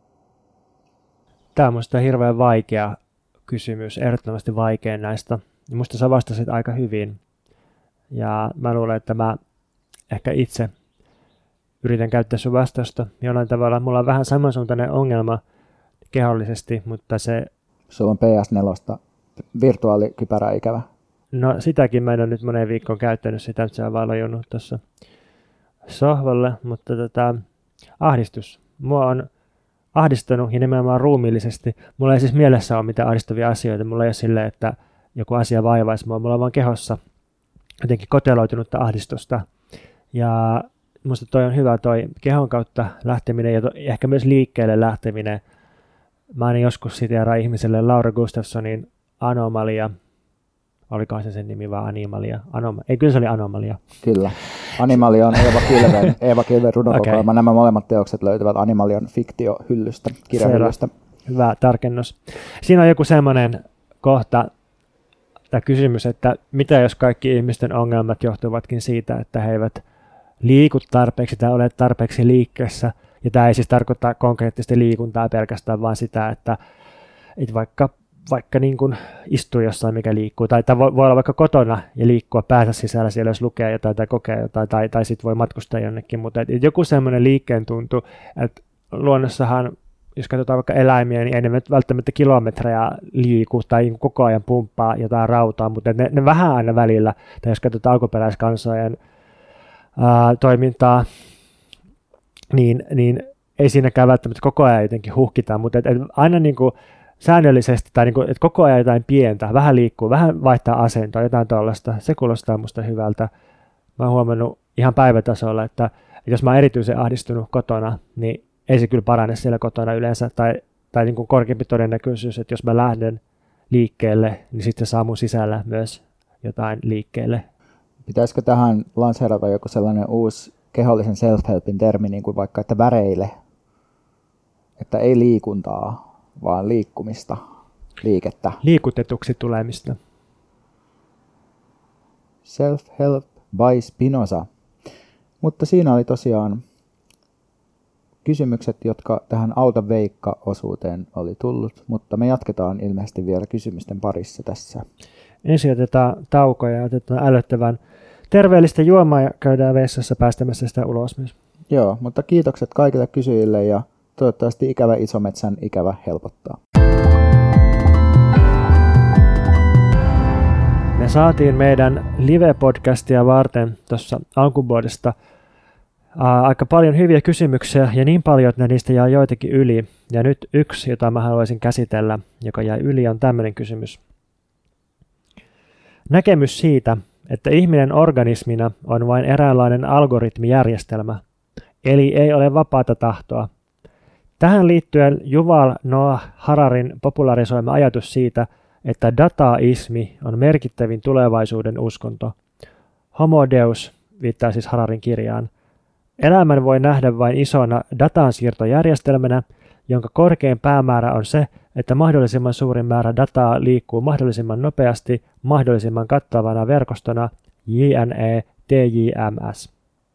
Tämä on minusta hirveän vaikea kysymys, ehdottomasti vaikein näistä. Minusta sä vastasit aika hyvin. Ja mä luulen, että mä ehkä itse yritän käyttää sun vastausta jollain tavalla. Mulla on vähän samansuuntainen ongelma kehollisesti, mutta se... Sulla on PS4 virtuaalikypärä ikävä. No sitäkin mä en ole nyt moneen viikkoon käyttänyt sitä, että se on vaan lojunut tuossa sohvalle, mutta ahdistus. Mua on ahdistanut ja nimenomaan ruumiillisesti. Mulla ei siis mielessä ole mitään ahdistavia asioita. Mulla ei ole silleen, että joku asia vaivaisi mua. Mulla on vaan kehossa jotenkin koteloitunutta ahdistusta. Ja musta toi on hyvä toi kehon kautta lähteminen ja ehkä myös liikkeelle lähteminen. Mä aina joskus siteeraan ihmiselle Laura Gustafssonin Anomalia. Olikohan se sen nimi vaan Animalia? Ei, kyllä se oli Anomalia. Kyllä. Animalia on Eeva Kilven runokokoelma. Okay. Nämä molemmat teokset löytyvät Animalian fiktiohyllystä, kirjahyllystä. Hyvä tarkennus. Siinä on joku semmoinen kohta tai kysymys, että mitä jos kaikki ihmisten ongelmat johtuvatkin siitä, että he eivät liiku tarpeeksi tai ole tarpeeksi liikkeessä. Ja tämä ei siis tarkoita konkreettisesti liikuntaa pelkästään, vaan sitä, että vaikka niin kuin istuu jossain, mikä liikkuu, tai voi olla vaikka kotona ja liikkua päässä sisällä siellä, jos lukee jotain tai kokee jotain, tai sitten voi matkustaa jonnekin, mutta joku semmoinen liikkeen tuntuu, että luonnossahan, jos katsotaan vaikka eläimiä, niin ei ne välttämättä kilometrejä liiku tai koko ajan pumppaa jotain rautaa, mutta ne vähän aina välillä, tai jos katsotaan alkuperäiskansojen toimintaa, niin ei siinäkään välttämättä koko ajan jotenkin huhkitaan, mutta aina niin kuin säännöllisesti, tai niin kuin, että koko ajan jotain pientä, vähän liikkuu, vähän vaihtaa asentoa, jotain tuollaista, se kuulostaa musta hyvältä. Mä oon huomannut ihan päivätasolla, että jos mä oon erityisen ahdistunut kotona, niin ei se kyllä parane siellä kotona yleensä, tai niin kuin korkeampi todennäköisyys, että jos mä lähden liikkeelle, niin sitten se saa mun sisällä myös jotain liikkeelle. Pitäisikö tähän lanseerata joku sellainen uusi kehollisen self-helpin termi, niin kuin vaikka, että väreile, että ei liikuntaa, vaan liikkumista, liikettä. Liikutetuksi tulemista. Self-help by Spinoza. Mutta siinä oli tosiaan kysymykset, jotka tähän Auta Veikka-osuuteen oli tullut, mutta me jatketaan ilmeisesti vielä kysymysten parissa tässä. Ensin otetaan taukoja ja otetaan älyttävän terveellistä juomaa ja käydään vessassa päästämässä sitä ulos myös. Joo, mutta kiitokset kaikille kysyjille ja toivottavasti ikävä Isometsän ikävä helpottaa. Me saatiin meidän live-podcastia varten tuossa alkuvuodesta aika paljon hyviä kysymyksiä ja niin paljon, että niistä jää joitakin yli. Ja nyt yksi, jota mä haluaisin käsitellä, joka jäi yli, on tämmöinen kysymys. Näkemys siitä, että ihminen organismina on vain eräänlainen algoritmijärjestelmä, eli ei ole vapaata tahtoa. Tähän liittyen Yuval Noah Hararin popularisoima ajatus siitä, että dataismi on merkittävin tulevaisuuden uskonto. Homo Deus viittaa siis Hararin kirjaan. Elämän voi nähdä vain isona datansiirtojärjestelmänä, jonka korkein päämäärä on se, että mahdollisimman suuri määrä dataa liikkuu mahdollisimman nopeasti, mahdollisimman kattavana verkostona JNE TJMS.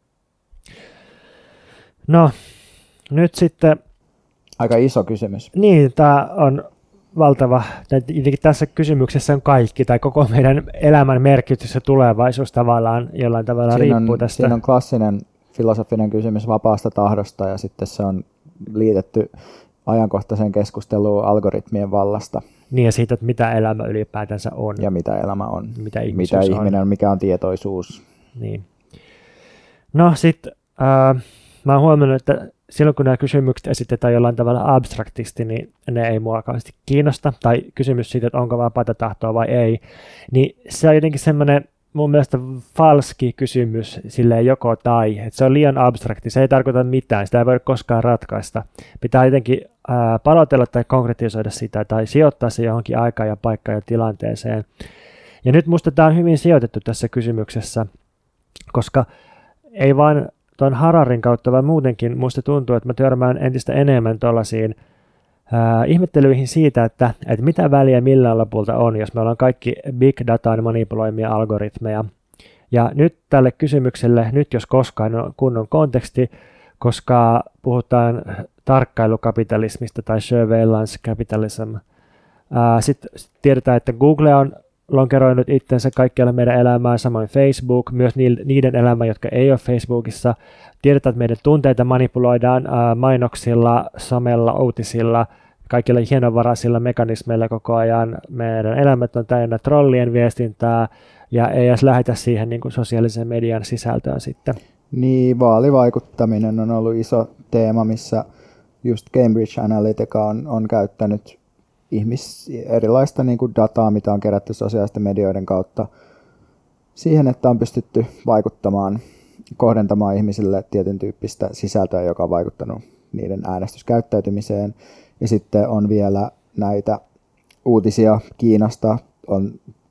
No, nyt sitten... Aika iso kysymys. Niin, tämä on valtava. Tässä kysymyksessä on kaikki, tai koko meidän elämän merkitys ja tulevaisuus tavallaan jollain tavalla riippuu tästä. Siinä on klassinen filosofinen kysymys vapaasta tahdosta, ja sitten se on liitetty ajankohtaiseen keskusteluun algoritmien vallasta. Niin, ja siitä, että mitä elämä ylipäätänsä on. Ja mitä elämä on. Mitä ihminen on, mikä on tietoisuus. Niin. No sitten, mä oon huomannut, että silloin kun nämä kysymykset esitetään jollain tavalla abstraktisti, niin ne ei mua kauheasti kiinnosta, tai kysymys siitä, että onko vapaata tahtoa vai ei, niin se on jotenkin semmoinen mun mielestä falski kysymys silleen joko tai, että se on liian abstrakti, se ei tarkoita mitään, sitä ei voi koskaan ratkaista. Pitää jotenkin palotella tai konkretisoida sitä tai sijoittaa se johonkin aikaan ja paikkaan ja tilanteeseen. Ja nyt musta tämä on hyvin sijoitettu tässä kysymyksessä, koska ei vain tuon Hararin kautta, vaan muutenkin musta tuntuu, että mä törmään entistä enemmän tuollaisiin ihmettelyihin siitä, että mitä väliä millään lopulta on, jos me ollaan kaikki big dataan manipuloimia algoritmeja. Ja nyt tälle kysymykselle, nyt jos koskaan on kunnon konteksti, koska puhutaan tarkkailukapitalismista tai surveillance capitalism. Sitten tiedetään, että Google on lonkeroinut itsensä kaikkialla meidän elämään, samoin Facebook, myös niiden elämä, jotka ei ole Facebookissa. Tiedetään, että meidän tunteita manipuloidaan mainoksilla, somella, uutisilla, kaikilla hienovaraisilla mekanismeilla koko ajan. Meidän elämät on täynnä trollien viestintää ja ei edes lähetä siihen niin kuin sosiaalisen median sisältöön sitten. Niin, vaalivaikuttaminen on ollut iso teema, missä just Cambridge Analytica on käyttänyt erilaista niin kuin dataa, mitä on kerätty sosiaalisten medioiden kautta siihen, että on pystytty vaikuttamaan, kohdentamaan ihmisille tietyn tyyppistä sisältöä, joka on vaikuttanut niiden äänestyskäyttäytymiseen. Ja sitten on vielä näitä uutisia Kiinasta, on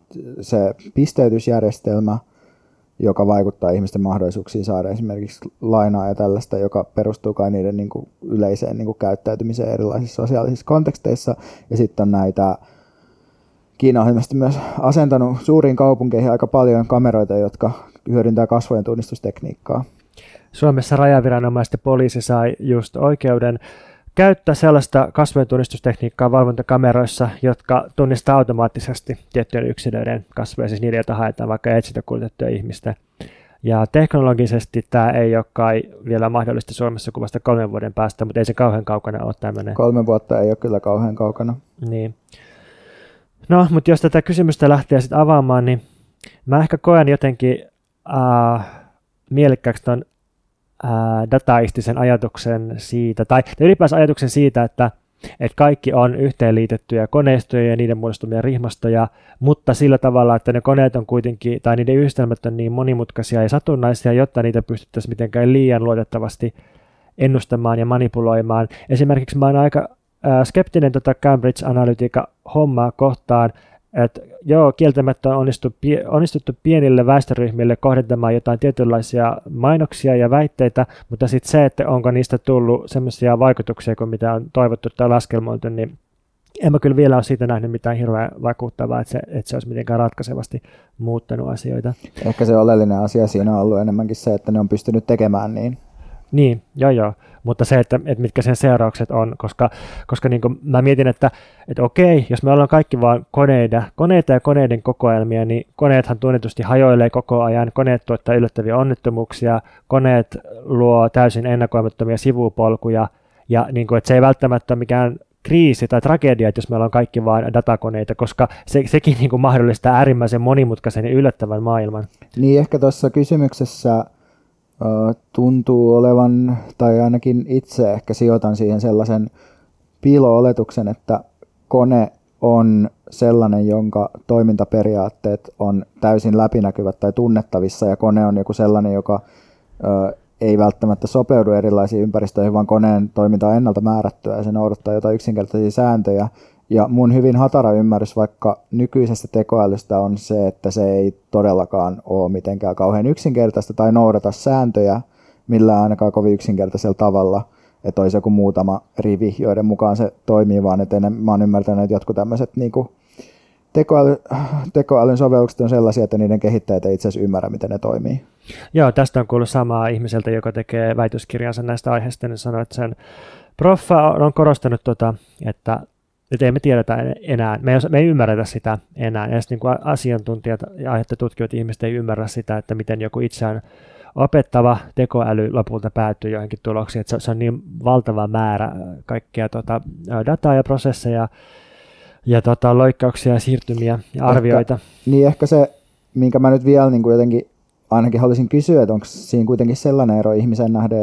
se pisteytysjärjestelmä, joka vaikuttaa ihmisten mahdollisuuksiin saada esimerkiksi lainaa ja tällaista, joka perustuu kai niiden niin kuin yleiseen niin kuin käyttäytymiseen erilaisissa sosiaalisissa konteksteissa. Ja sitten on näitä, Kiina on ilmeisesti myös asentanut suuriin kaupunkeihin aika paljon kameroita, jotka hyödyntää kasvojen tunnistustekniikkaa. Suomessa rajaviranomaiset ja poliisi sai just oikeuden käyttää sellaista kasvojen tunnistustekniikkaa valvontakameroissa, jotka tunnistaa automaattisesti tiettyjen yksilöiden kasvoja, siis niiden, joita haetaan vaikka etsintäkuulutettuja ihmistä. Ja teknologisesti tämä ei ole kai vielä mahdollista Suomessa kuin vasta 3 vuoden päästä, mutta ei se kauhean kaukana ole tämmöinen. 3 vuotta ei ole kyllä kauhean kaukana. Niin. No, mutta jos tätä kysymystä lähtee sitten avaamaan, niin mä ehkä koen jotenkin mielekkääksi ton dataistisen ajatuksen siitä, tai ylipäänsä ajatuksen siitä, että kaikki on yhteenliitettyjä koneistoja ja niiden muodostumia rihmastoja, mutta sillä tavalla, että ne koneet on kuitenkin, tai niiden yhdistelmät on niin monimutkaisia ja satunnaisia, jotta niitä pystyttäisiin mitenkään liian luotettavasti ennustamaan ja manipuloimaan. Esimerkiksi mä oon aika skeptinen Cambridge Analytica-hommaa kohtaan, että joo, kieltämättä on onnistuttu pienille väestöryhmille kohdentamaan jotain tietynlaisia mainoksia ja väitteitä, mutta sitten se, että onko niistä tullut sellaisia vaikutuksia kuin mitä on toivottu tai laskelmoitu, niin en mä kyllä vielä ole siitä nähnyt mitään hirveän vakuuttavaa, että se olisi mitenkään ratkaisevasti muuttanut asioita. Ehkä se oleellinen asia siinä on ollut enemmänkin se, että ne on pystynyt tekemään niin. Niin, joo. Mutta se, että mitkä sen seuraukset on, koska niin kuin mä mietin, että okei, jos me ollaan kaikki vaan koneita ja koneiden kokoelmia, niin koneethan tunnetusti hajoilee koko ajan, koneet tuottaa yllättäviä onnettomuuksia, koneet luo täysin ennakoimattomia sivupolkuja, ja niin kuin, että se ei välttämättä ole mikään kriisi tai tragedia, että jos me ollaan kaikki vaan datakoneita, koska sekin niin kuin mahdollistaa äärimmäisen monimutkaisen ja yllättävän maailman. Niin, ehkä tuossa kysymyksessä tuntuu olevan, tai ainakin itse ehkä sijoitan siihen sellaisen piilo-oletuksen, että kone on sellainen, jonka toimintaperiaatteet on täysin läpinäkyvät tai tunnettavissa, ja kone on joku sellainen, joka ei välttämättä sopeudu erilaisiin ympäristöihin, vaan koneen toiminta on ennalta määrättyä, ja se noudattaa jotain yksinkertaisia sääntöjä. Ja mun hyvin hatara ymmärrys vaikka nykyisestä tekoälystä on se, että se ei todellakaan ole mitenkään kauhean yksinkertaista tai noudata sääntöjä millään ainakaan kovin yksinkertaisella tavalla, että olisi joku muutama rivi, joiden mukaan se toimii, vaan että mä oon ymmärtänyt, että jotkut tämmöiset niinku tekoälyn sovellukset on sellaisia, että niiden kehittäjät ei itse asiassa ymmärrä, miten ne toimii. Joo, tästä on kuullut samaa ihmiseltä, joka tekee väitöskirjansa näistä aiheista, niin sanoo, että sen proffa on korostanut, että nyt ei me tiedetä enää, me ei ymmärretä sitä enää, edes niin kuin asiantuntijat ja aihetta tutkivat ihmiset ei ymmärrä sitä, että miten joku itseään opettava tekoäly lopulta päätyy johonkin tuloksiin, että se on niin valtava määrä kaikkia dataa ja prosesseja ja loikkauksia ja siirtymiä ja arvioita. Ehkä se, minkä mä nyt vielä niin kuin jotenkin ainakin haluaisin kysyä, että onko siinä kuitenkin sellainen ero ihmisen nähden, että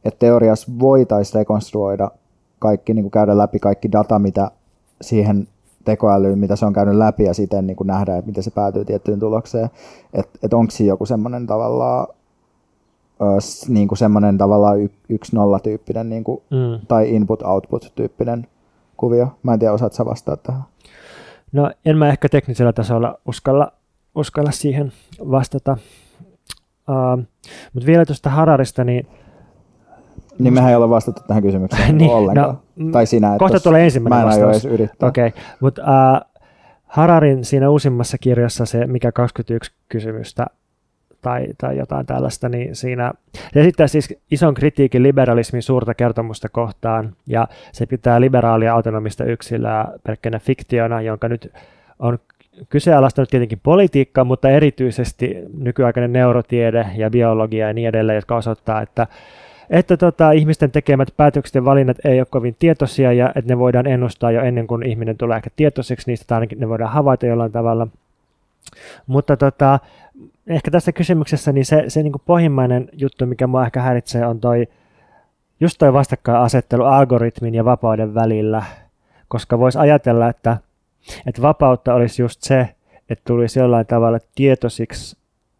että teoriassa voitaisiin rekonstruoida kaikki, niin kuin käydä läpi kaikki data, mitä siihen tekoälyyn, mitä se on käynyt läpi ja siten niin kuin nähdä, että miten se päätyy tiettyyn tulokseen. Että onko siinä joku semmoinen tavallaan niin kuin semmoinen tavallaan 1-0-tyyppinen niin kuin, tai input-output-tyyppinen kuvio. Mä en tiedä, osaat sä vastaa tähän? No en mä ehkä teknisellä tasolla uskalla siihen vastata. Mutta vielä tuosta Hararista, niin mehän ei ole vastattu tähän kysymykseen niin, ollenkaan. No, tai sinä, kohta tulee ensimmäinen vastaus. Mä en aio edes yrittää. Okei, mutta Hararin siinä uusimmassa kirjassa se, mikä 21 kysymystä tai jotain tällaista, niin siinä se esittää siis ison kritiikin liberalismin suurta kertomusta kohtaan, ja se pitää liberaalia autonomista yksilöä pelkkänä fiktiona, jonka nyt on kyseenalaistanut tietenkin politiikka, mutta erityisesti nykyaikainen neurotiede ja biologia ja niin edelleen, jotka osoittaa, että ihmisten tekemät päätökset ja valinnat ei ole kovin tietoisia ja että ne voidaan ennustaa jo ennen kuin ihminen tulee ehkä tietoiseksi niistä, tai ainakin ne voidaan havaita jollain tavalla. Mutta ehkä tässä kysymyksessä niin se niin kuin pohjimmainen juttu, mikä mua ehkä häiritsee, on just toi vastakkainasettelu algoritmin ja vapauden välillä, koska voisi ajatella, että vapautta olisi just se, että tulisi jollain tavalla tietoiseksi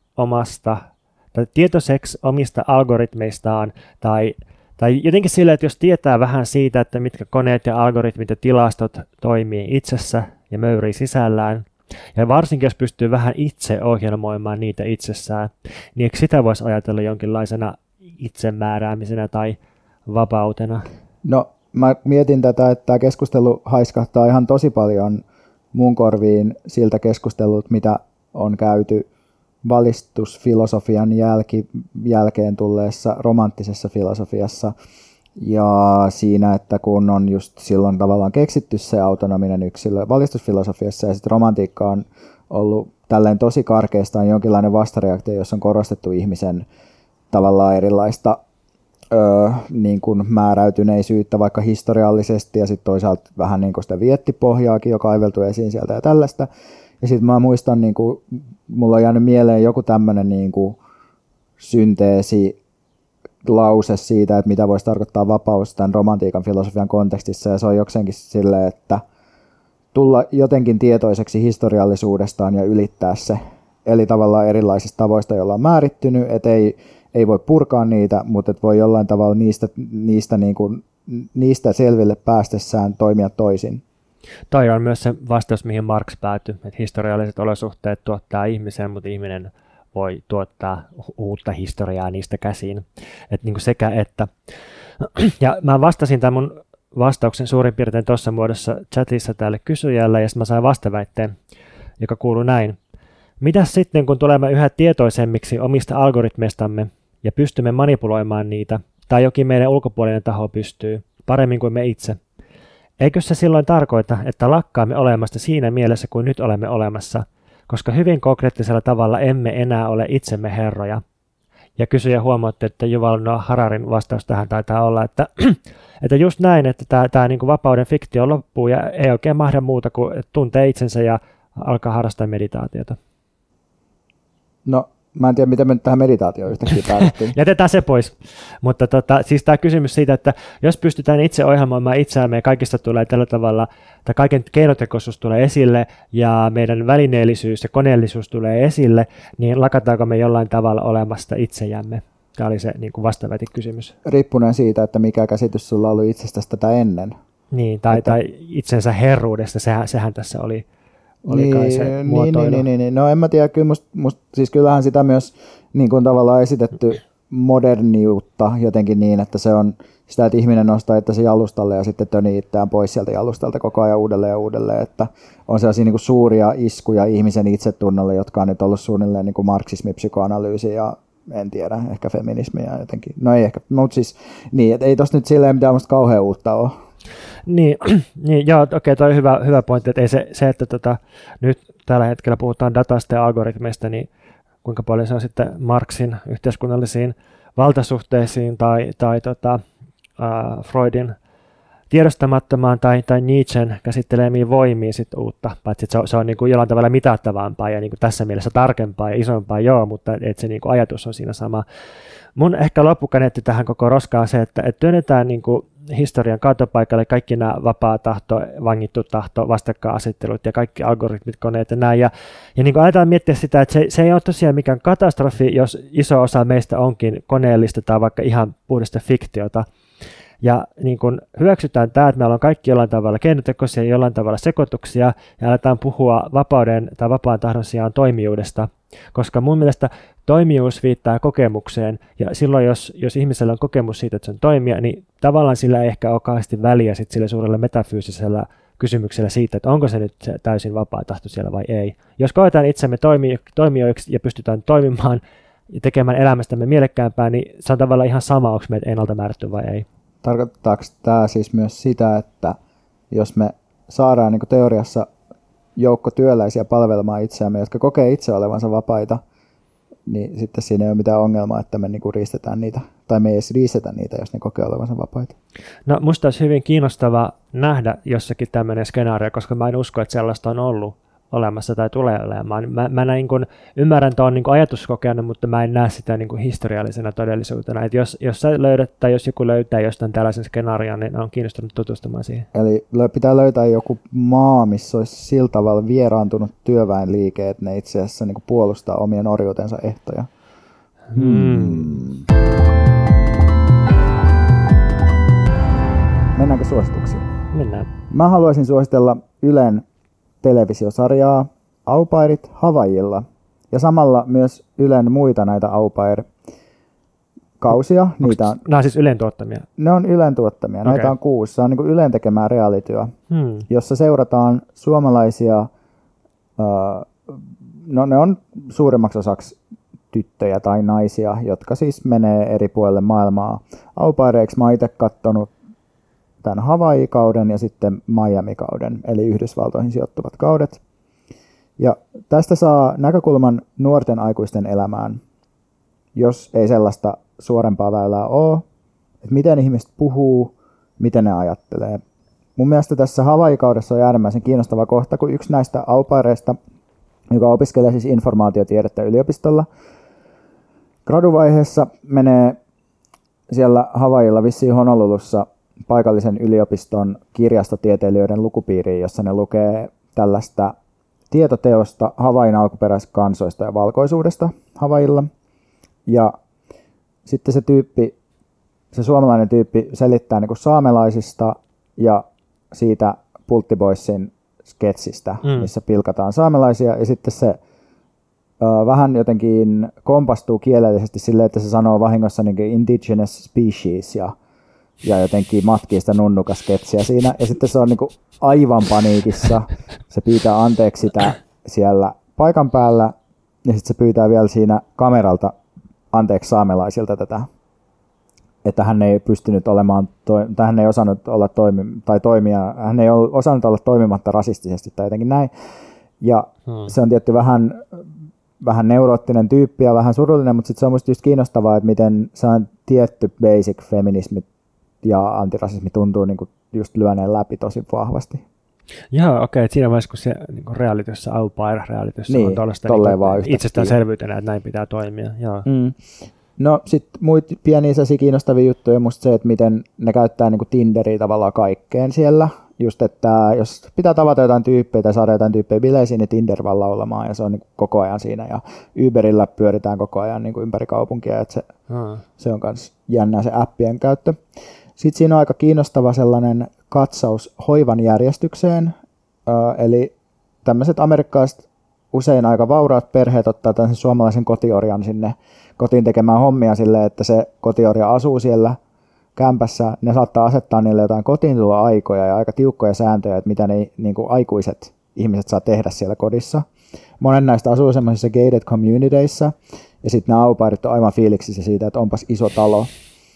omista algoritmeistaan tai jotenkin sillä, että jos tietää vähän siitä, että mitkä koneet ja algoritmit ja tilastot toimii itsessä ja möyrii sisällään, ja varsinkin jos pystyy vähän itse ohjelmoimaan niitä itsessään, niin eikö sitä voisi ajatella jonkinlaisena itsemääräämisenä tai vapautena? No mä mietin tätä, että tämä keskustelu haiskahtaa ihan tosi paljon mun korviin siltä keskustelut, mitä on käyty valistusfilosofian jälkeen tulleessa romanttisessa filosofiassa ja siinä, että kun on just silloin tavallaan keksitty se autonominen yksilö valistusfilosofiassa ja sitten romantiikka on ollut tälleen tosi karkeastaan jonkinlainen vastareaktio, jossa on korostettu ihmisen tavallaan erilaista niin kuin määräytyneisyyttä vaikka historiallisesti ja sitten toisaalta vähän niin kuin sitä viettipohjaakin, joka kaiveltuu esiin sieltä ja tällaista. Ja sitten mä muistan, niin kuin, mulla on jäänyt mieleen joku tämmöinen niin kuin synteesi lause siitä, että mitä voisi tarkoittaa vapaus tämän romantiikan filosofian kontekstissa, ja se on jokseenkin silleen, että tulla jotenkin tietoiseksi historiallisuudestaan ja ylittää se, eli tavallaan erilaisista tavoista, joilla on määrittynyt, että ei voi purkaa niitä, mutta että voi jollain tavalla niistä selville päästessään toimia toisin. Toi on myös se vastaus, mihin Marx päätyi, että historialliset olosuhteet tuottaa ihmisen, mutta ihminen voi tuottaa uutta historiaa niistä käsiin. Että niin kuin sekä että. Ja mä vastasin tämän mun vastauksen suurin piirtein tuossa muodossa chatissa tälle kysyjälle, ja sitten mä sain vastaväitteen, joka kuuluu näin. Mitäs sitten, kun tulemme yhä tietoisemmiksi omista algoritmeistamme ja pystymme manipuloimaan niitä, tai jokin meidän ulkopuolinen taho pystyy, paremmin kuin me itse? Eikö se silloin tarkoita, että lakkaamme olemasta siinä mielessä kuin nyt olemme olemassa, koska hyvin konkreettisella tavalla emme enää ole itsemme herroja? Ja kysyjä huomautti, että Yuval Noah Hararin vastaus tähän taitaa olla, että just näin, että tämä niin kuin vapauden fiktio loppuu ja ei oikein mahda muuta kuin tuntee itsensä ja alkaa harrastaa meditaatiota. No, mä en tiedä, miten me nyt tähän meditaatioon yhtäkkiä päätettiin. Jätetään se pois. Mutta siis tämä kysymys siitä, että jos pystytään itse ohjelmoimaan itseämme ja kaikista tulee tällä tavalla, tai kaiken keinotekoisuus tulee esille ja meidän välineellisyys ja koneellisuus tulee esille, niin lakataanko me jollain tavalla olemasta itsejämme? Tämä oli se niin kuin vastaväitekysymys. Riippuneen siitä, että mikä käsitys sulla on ollut itsestäsi tätä ennen. Niin, tai itsensä herruudesta, sehän tässä oli kai se muotoilu. Niin. No en mä tiedä, kyllä siis kyllähän sitä myös niin kuin tavallaan esitetty moderniutta jotenkin niin, että se on sitä, että ihminen nostaa itsensä jalustalle ja sitten tönii itseään pois sieltä jalustalta koko ajan uudelleen ja uudelleen, että on sellaisia niin kuin suuria iskuja ihmisen itsetunnolle, jotka on nyt ollut suunnilleen niin kuin marksismi, psykoanalyysi ja en tiedä, ehkä feminismi ja jotenkin, no ei ehkä, mutta siis niin, että ei tossa nyt silleen mitään musta kauhean uutta ole. Niin joo, okei, toi on hyvä pointti, että ei se että nyt tällä hetkellä puhutaan datasta ja algoritmeista, niin kuinka paljon se on sitten Marxin yhteiskunnallisiin valtasuhteisiin tai Freudin tiedostamattomaan tai Nietzschen käsittelemiin voimiin sit uutta, paitsi että se on niin kuin jollain tavalla mitattavampaa ja niin kuin tässä mielessä tarkempaa ja isompaa, joo, mutta et se niin kuin ajatus on siinä sama. Mun ehkä loppukaneetti tähän koko roskaan on se, että työnnetään niin kuin historian kaatopaikalle kaikki nämä vapaa tahto, vangittu tahto, vastakkainasettelut ja kaikki algoritmit, koneet ja näin. Ja niin kuin aletaan miettiä sitä, että se ei ole tosiaan mikään katastrofi, jos iso osa meistä onkin koneellista tai vaikka ihan puhdasta fiktiota. Ja niin kun hyväksytään tämä, että meillä on kaikki jollain tavalla keinotekoisia, jollain tavalla sekoituksia, ja aletaan puhua vapauden tai vapaan tahdon sijaan toimijuudesta, koska mun mielestä toimijuus viittaa kokemukseen, ja silloin jos ihmisellä on kokemus siitä, että se on toimija, niin tavallaan sillä ei ehkä ole kauheasti väliä sit sille suurelle metafyysisellä kysymyksellä siitä, että onko se nyt se täysin vapaa tahto siellä vai ei. Jos koetaan itsemme toimijoiksi ja pystytään toimimaan ja tekemään elämästämme mielekkäämpää, niin se on tavallaan ihan sama, onko meitä ennalta määrätty vai ei. Tarkoittaako tämä siis myös sitä, että jos me saadaan niin kuin teoriassa joukko työläisiä palvelemaan itseämme, jotka kokee itse olevansa vapaita, niin sitten siinä ei ole mitään ongelmaa, että me niin kuin riistetään niitä, tai me ei edes riistetä niitä, jos ne kokee olevansa vapaita? No musta olisi hyvin kiinnostava nähdä jossakin tämmöinen skenaario, koska mä en usko, että sellaista on ollut olemassa tai tulee olemaan. Mä näin, kun ymmärrän tuon niin ajatuskokeena, mutta mä en näe sitä niin kuin historiallisena todellisuutena. Et jos sä löydät tai jos joku löytää jostain tällaisen skenaarion, niin on kiinnostunut tutustumaan siihen. Eli pitää löytää joku maa, missä olisi sillä tavalla vieraantunut työväenliike, että ne itse asiassa niin kuin puolustaa omien orjuutensa ehtoja. Mennäänkö suosituksiin? Mennään. Mä haluaisin suositella Ylen televisiosarjaa Au Pairit Havaijilla ja samalla myös Ylen muita näitä Au Pair-kausia. Nämä on siis Ylen tuottamia? Ne on Ylen tuottamia. Okay. Näitä on 6. Se on niin kuin Ylen tekemää realityä, jossa seurataan suomalaisia, no ne on suurimmaksi osaksi tyttöjä tai naisia, jotka siis menee eri puolille maailmaa au paireiksi. Mä oon itse katsonut tämän Hawaii-kauden ja sitten Miami-kauden, eli Yhdysvaltoihin sijoittuvat kaudet. Ja tästä saa näkökulman nuorten aikuisten elämään, jos ei sellaista suorempaa väylää ole, että miten ihmiset puhuu, miten ne ajattelee. Mun mielestä tässä Hawaii-kaudessa on äärimmäisen kiinnostava kohta, kun yksi näistä au paireista, joka opiskelee siis informaatiotiedettä yliopistolla, graduvaiheessa menee siellä Havaijilla vissiin Honolulussa paikallisen yliopiston kirjastotieteilijöiden lukupiiriin, jossa ne lukee tällaista tietoteosta Havain alkuperäiskansoista ja valkoisuudesta Havaijilla. Ja sitten se suomalainen tyyppi selittää niin kuin saamelaisista ja siitä Pultti Boysin sketsistä, missä pilkataan saamelaisia, ja sitten se vähän jotenkin kompastuu kielellisesti silleen, että se sanoo vahingossa niin kuin indigenous species ja jotenkin matkii sitä nunnukasketsiä siinä, ja sitten se on niin kuin aivan paniikissa, se pyytää anteeksi sitä siellä paikan päällä, ja sitten se pyytää vielä siinä kameralta anteeksi saamelaisilta tätä, että hän ei pystynyt olemaan, tai hän ei osannut olla toimia, hän ei ole osannut olla toimimatta rasistisesti tai jotenkin näin, ja se on tietty vähän neuroottinen tyyppi ja vähän surullinen, mutta sitten se on musta just kiinnostavaa, että miten se on tietty basic feminismi ja antirasismi tuntuu niin kuin just lyöneen läpi tosi vahvasti. Joo, okei. Siinä vaiheessa, kun se niin realityssä, au pair-realityssä niin, on tuollaista niin itsestäänselvyytenä, että näin pitää toimia. Joo. No sitten muita pieniä kiinnostavia juttuja on musta se, että miten ne käyttää niin kuin Tinderiä tavallaan kaikkeen siellä. Just, että jos pitää tavata jotain tyyppejä tai saada jotain tyyppejä bileisiin, niin Tinder vaan laulamaan ja se on niin kuin koko ajan siinä. Ja Uberillä pyöritään koko ajan niin kuin ympäri kaupunkia, että se on myös jännää se appien käyttö. Sitten siinä on aika kiinnostava sellainen katsaus hoivan järjestykseen, eli tämmöiset amerikkalaiset usein aika vauraat perheet ottaa tämmöisen suomalaisen kotiorjan sinne kotiin tekemään hommia silleen, että se kotiorja asuu siellä kämpässä, ne saattaa asettaa niille jotain kotiintuloaikoja ja aika tiukkoja sääntöjä, että mitä ne niin kuin aikuiset ihmiset saa tehdä siellä kodissa. Monen näistä asuu semmoisissa gated communityissa, ja sitten nämä au pairit on aivan fiiliksissä siitä, että onpas iso talo.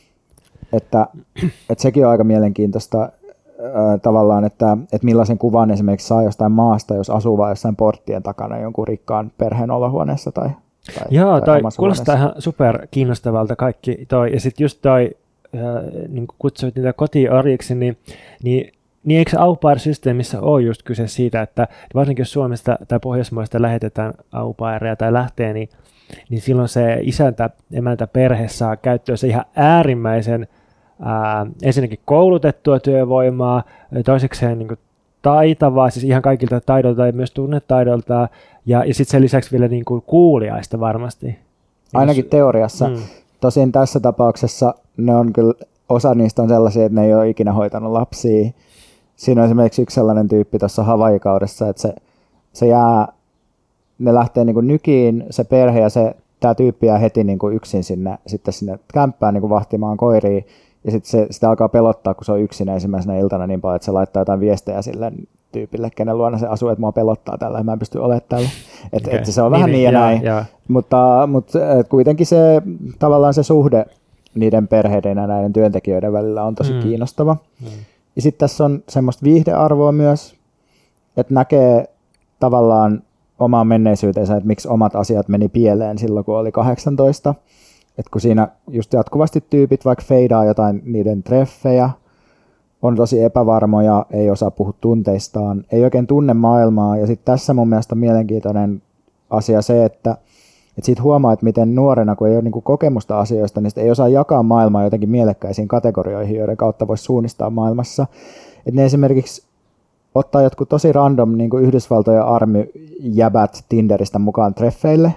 Että sekin on aika mielenkiintoista tavallaan, että millaisen kuvan esimerkiksi saa jostain maasta, jos asuu vaan jossain porttien takana jonkun rikkaan perheen olohuoneessa tai Joo, toi kuulostaa ihan super kiinnostavalta kaikki toi, ja sitten just toi niin kuin kutsuit niitä kotiorjiksi, niin eikö se au pair-systeemissä ole just kyse siitä, että varsinkin jos Suomesta tai Pohjoismaista lähetetään au paireja tai lähtee, niin silloin se isäntä, emäntä perhe saa käyttöön se ihan äärimmäisen ensinnäkin koulutettua työvoimaa, toisekseen niin kuin taitavaa, siis ihan kaikilta taidolta ja myös tunnetaidolta, ja sitten sen lisäksi vielä niin kuin kuuliaista varmasti. Ainakin teoriassa. Tosin tässä tapauksessa ne on kyllä, osa niistä on sellaisia, että ne ei ole ikinä hoitanut lapsia. Siinä on esimerkiksi yksi sellainen tyyppi tuossa Hawaii-kaudessa, että se jää, ne lähtee niin kuin nykiin, se perhe ja tämä tyyppi jää heti niin kuin yksin sinne kämppään niin kuin vahtimaan koiriin. Ja sitten sitä alkaa pelottaa, kun se on yksin ensimmäisenä iltana niin paljon, että se laittaa jotain viestejä sille tyypille, kenen luona se asuu, että mua pelottaa tällä ja mä en pysty olemaan tällä. Että se on vähän niin ja näin. Mutta kuitenkin se tavallaan se suhde niiden perheiden ja näiden työntekijöiden välillä on tosi kiinnostava. Ja sitten tässä on semmoista viihdearvoa myös, että näkee tavallaan omaan menneisyyteensä, että miksi omat asiat meni pieleen silloin, kun oli 18. Että kun siinä just jatkuvasti tyypit vaikka feidaa jotain niiden treffejä, on tosi epävarmoja, ei osaa puhua tunteistaan, ei oikein tunne maailmaa. Ja sitten tässä mun mielestä on mielenkiintoinen asia se, että siitä huomaa, että miten nuorena, kun ei ole niinku kokemusta asioista, niin ei osaa jakaa maailmaa jotenkin mielekkäisiin kategorioihin, joiden kautta voisi suunnistaa maailmassa. Että ne esimerkiksi ottaa jotkut tosi random niin kuin Yhdysvaltojen army-jäbät Tinderistä mukaan treffeille,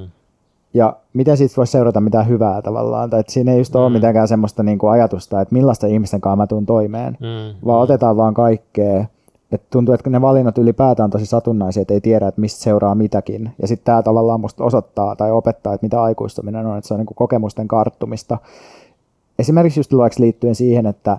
ja miten siitä voisi seurata mitään hyvää tavallaan, tai että siinä ei just ole mitenkään semmoista niin kuin ajatusta, että millaista ihmisten kanssa mä tuun toimeen, vaan otetaan vaan kaikkea. Että tuntuu, että ne valinnat ylipäätään on tosi satunnaisia, että ei tiedä, että mistä seuraa mitäkin. Ja sitten tämä tavallaan musta osoittaa tai opettaa, että mitä aikuistuminen on, että se on niin kuin kokemusten karttumista. Esimerkiksi just liittyen siihen, että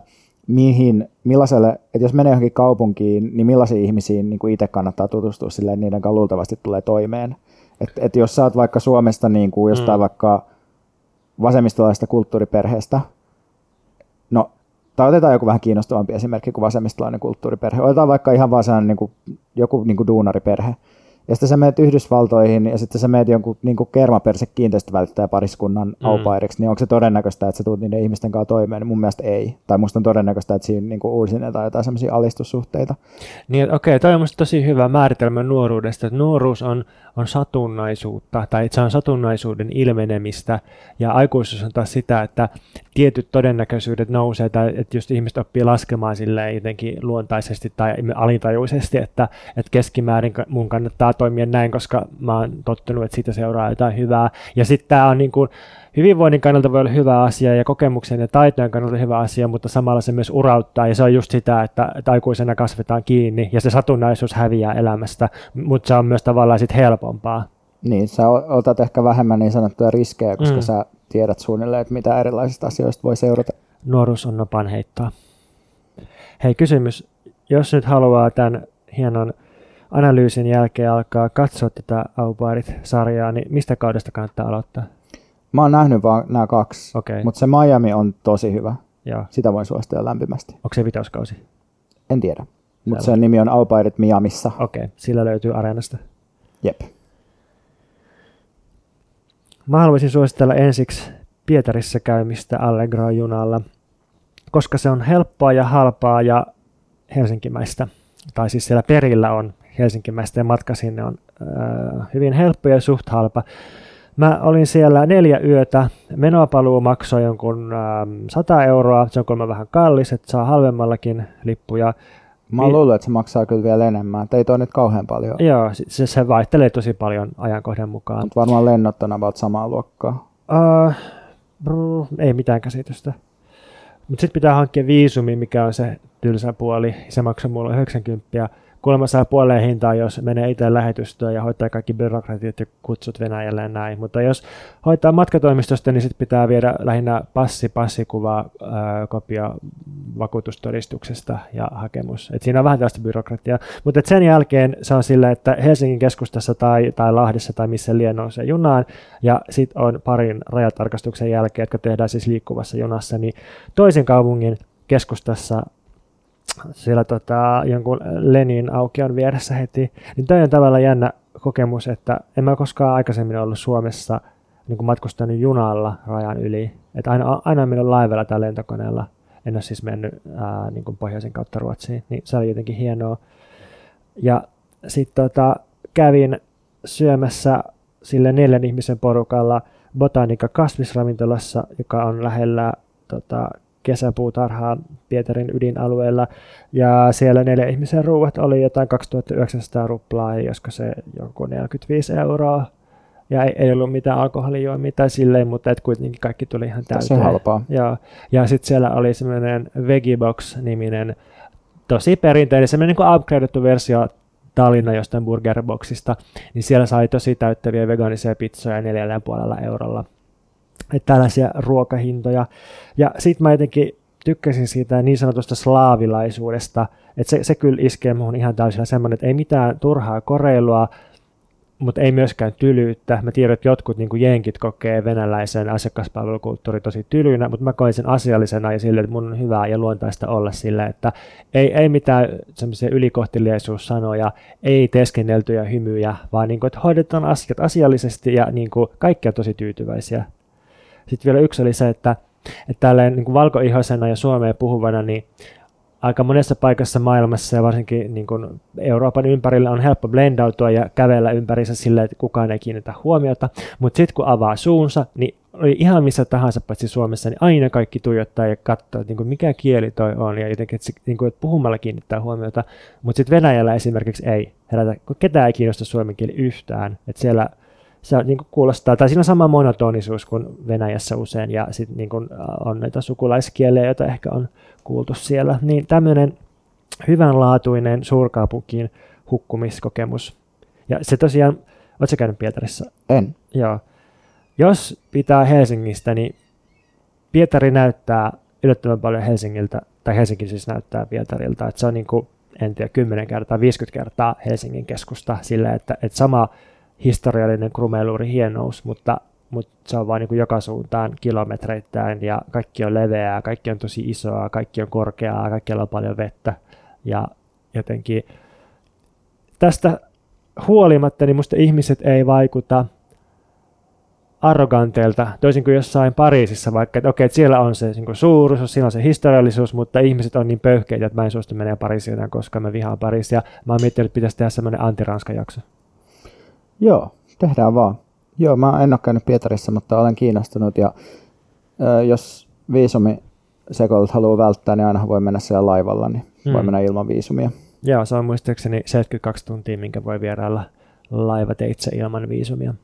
että jos menee johonkin kaupunkiin, niin millaisiin ihmisiin niin kuin itse kannattaa tutustua silleen, niiden kanssa luultavasti tulee toimeen. Että jos sä oot vaikka Suomesta niin kuin jostain vaikka vasemmistolaisesta kulttuuriperheestä, no, tai otetaan joku vähän kiinnostavampi esimerkki kuin vasemmistolainen kulttuuriperhe. Otetaan vaikka ihan vaan sellainen joku niin kuin duunariperhe. Ja sitten sä menet Yhdysvaltoihin ja sitten sä menet jonkun niin kuin kermaperse kiinteistövälttäjäpariskunnan au pairiksi, niin onko se todennäköistä, että sä tulet niiden ihmisten kanssa toimeen? Niin mun mielestä ei. Tai musta on todennäköistä, että siinä niin kuin uusinnetaan jotain sellaisia alistussuhteita. Niin, okei, toi on musta tosi hyvä määritelmä nuoruudesta, että nuoruus on satunnaisuutta, tai se on satunnaisuuden ilmenemistä, ja aikuisuus on taas sitä, että tietyt todennäköisyydet nousee, tai että just ihmiset oppii laskemaan silleen jotenkin luontaisesti tai alintajuisesti, että keskimäärin mun kannattaa toimia näin, koska mä oon tottunut, että siitä seuraa jotain hyvää. Ja sitten tämä on niin kuin hyvinvoinnin kannalta voi olla hyvä asia ja kokemuksen ja taitojen kannalta hyvä asia, mutta samalla se myös urauttaa ja se on just sitä, että aikuisena kasvetaan kiinni ja se satunnaisuus häviää elämästä, mutta se on myös tavallaan sitten helpompaa. Niin, sä otat ehkä vähemmän niin sanottuja riskejä, koska sä tiedät suunnilleen, että mitä erilaisista asioista voi seurata. Nuoruus on nopan heittoa. Hei, kysymys. Jos nyt haluaa tämän hienon analyysin jälkeen alkaa katsoa tätä Au Pairit-sarjaa, niin mistä kaudesta kannattaa aloittaa? Mä oon nähnyt vaan nämä 2, mutta se Miami on tosi hyvä. Joo. Sitä voin suositella lämpimästi. Onko se vitoskausi? En tiedä, mutta sen nimi on Au Pairit Miamissa. Okei, sillä löytyy Areenasta. Jep. Mä haluaisin suositella ensiksi Pietarissa käymistä Allegro-junalla, koska se on helppoa ja halpaa ja helsinkimäistä. Tai siis siellä perillä on helsinkimäistä ja matka sinne on hyvin helppo ja suht halpa. Mä olin siellä 4 yötä. Menoapaluu maksoi jonkun 100 €. Se on kuulemma vähän kallis, että saa halvemmallakin lippuja. Mä luulen, että se maksaa kyllä vielä enemmän. Ei toi nyt kauhean paljon. Joo, se vaihtelee tosi paljon ajankohdan mukaan. Mutta varmaan lennot on about samaa luokkaa. Ei mitään käsitystä. Mutta sitten pitää hankkia viisumi, mikä on se tylsä puoli. Se maksaa mulle 90. Kuulemma saa puoleen hintaa, jos menee itse lähetystöön ja hoitaa kaikki byrokratiat ja kutsut Venäjälle ja näin. Mutta jos hoitaa matkatoimistosta, niin sitten pitää viedä lähinnä passikuva, kopio vakuutustodistuksesta ja hakemus. Et siinä on vähän tällaista byrokratiaa. Mutta sen jälkeen se on sillä, että Helsingin keskustassa tai Lahdessa tai missä liian nousee junaan. Ja sitten on parin rajatarkastuksen jälkeen, jotka tehdään siis liikkuvassa junassa, niin toisen kaupungin keskustassa siellä jonkun Lenin aukion vieressä heti, niin toi on tavallaan jännä kokemus, että en mä koskaan aikaisemmin ollut Suomessa niin kuin matkustanut junalla rajan yli. Et aina on mennyt laivalla tai lentokoneella. En ole siis mennyt niin kuin pohjoisen kautta Ruotsiin, niin se oli jotenkin hienoa. Ja sitten kävin syömässä sille 4 ihmisen porukalla Botanica kasvisravintolassa, joka on lähellä kesäpuutarhaa Pietarin ydinalueella. Ja siellä 4 ihmisen ruuat oli jotain 2900 ruplaa, josko se joku 45 €. Ja ei ollut mitään alkoholijuomia tai silleen, mutta et kuitenkin kaikki tuli ihan täyteen. Se halpaa. Ja sitten siellä oli semmoinen Vegibox-niminen, tosi perinteinen, semmoinen niin kuin upgradeattu versio Tallinna jostain burgerboxista, niin siellä sai tosi täyttäviä vegaanisia pizzoja 4,5 €. Että tällaisia ruokahintoja. Ja sitten mä jotenkin tykkäsin siitä niin sanotusta slaavilaisuudesta, että se kyllä iskee muhun ihan täysillä semmoinen, että ei mitään turhaa koreilua, mutta ei myöskään tylyyttä. Mä tiedän, että jotkut niin kuin jenkit kokee venäläisen asiakaspalvelukulttuuri tosi tylynä, mutta mä koin sen asiallisena ja silleen, että mun on hyvää ja luontaista olla sillä, että ei mitään semmoisia ylikohteliaisuussanoja, ei teeskenneltyjä hymyjä, vaan niin kuin, että hoidetaan asiat asiallisesti ja niin kuin kaikki on tosi tyytyväisiä. Sitten vielä yksi oli se, että tälleen niin kuin valkoihoisena ja suomea puhuvana, niin aika monessa paikassa maailmassa ja varsinkin niin kuin Euroopan ympärillä on helppo blendautua ja kävellä ympärissä silleen, että kukaan ei kiinnitä huomiota, mutta sitten kun avaa suunsa, niin oli ihan missä tahansa paitsi Suomessa, niin aina kaikki tuijottaa ja katsoo, että niin kuin mikä kieli toi on ja jotenkin, että, niin kuin, että puhumalla kiinnittää huomiota, mutta sitten Venäjällä esimerkiksi ei herätä, ketään ei kiinnosta suomen kieli yhtään, että siellä se niin kuin kuulostaa, tai siinä on sama monotonisuus kuin Venäjässä usein, ja sitten niin kuin on näitä sukulaiskieliä, joita ehkä on kuultu siellä. Niin tämmöinen hyvänlaatuinen suurkaupunkiin hukkumiskokemus. Ja se tosiaan, ootko käynyt Pietarissa? En. Joo. Jos pitää Helsingistä, niin Pietari näyttää yllättävän paljon Helsingiltä, tai Helsinki siis näyttää Pietarilta, että se on niin kuin, en tiedä, 10 kertaa, 50 kertaa Helsingin keskusta sillä, että sama historiallinen krumeluuri hienous, mutta se on vain niin kuin joka suuntaan kilometreittäin ja kaikki on leveää, kaikki on tosi isoa, kaikki on korkeaa, kaikkialla on paljon vettä ja jotenkin tästä huolimatta niin musta ihmiset ei vaikuta arroganteilta, toisin kuin jossain Pariisissa vaikka, että okei, että siellä on se niin kuin suuruus, siellä on se historiallisuus, mutta ihmiset on niin pöyhkeitä, että mä en suostu menemään Pariisiin enää, koska mä vihaan Pariisia. Mä oon miettinyt, että pitäisi tehdä semmoinen anti-Ranska-jakso. Joo, tehdään vaan. Joo, mä en ole käynyt Pietarissa, mutta olen kiinnostunut ja jos viisumisekoilut haluaa välttää, niin aina voi mennä siellä laivalla, niin voi mennä ilman viisumia. Joo, se on muistaakseni 72 tuntia, minkä voi vierailla laivateitse ilman viisumia.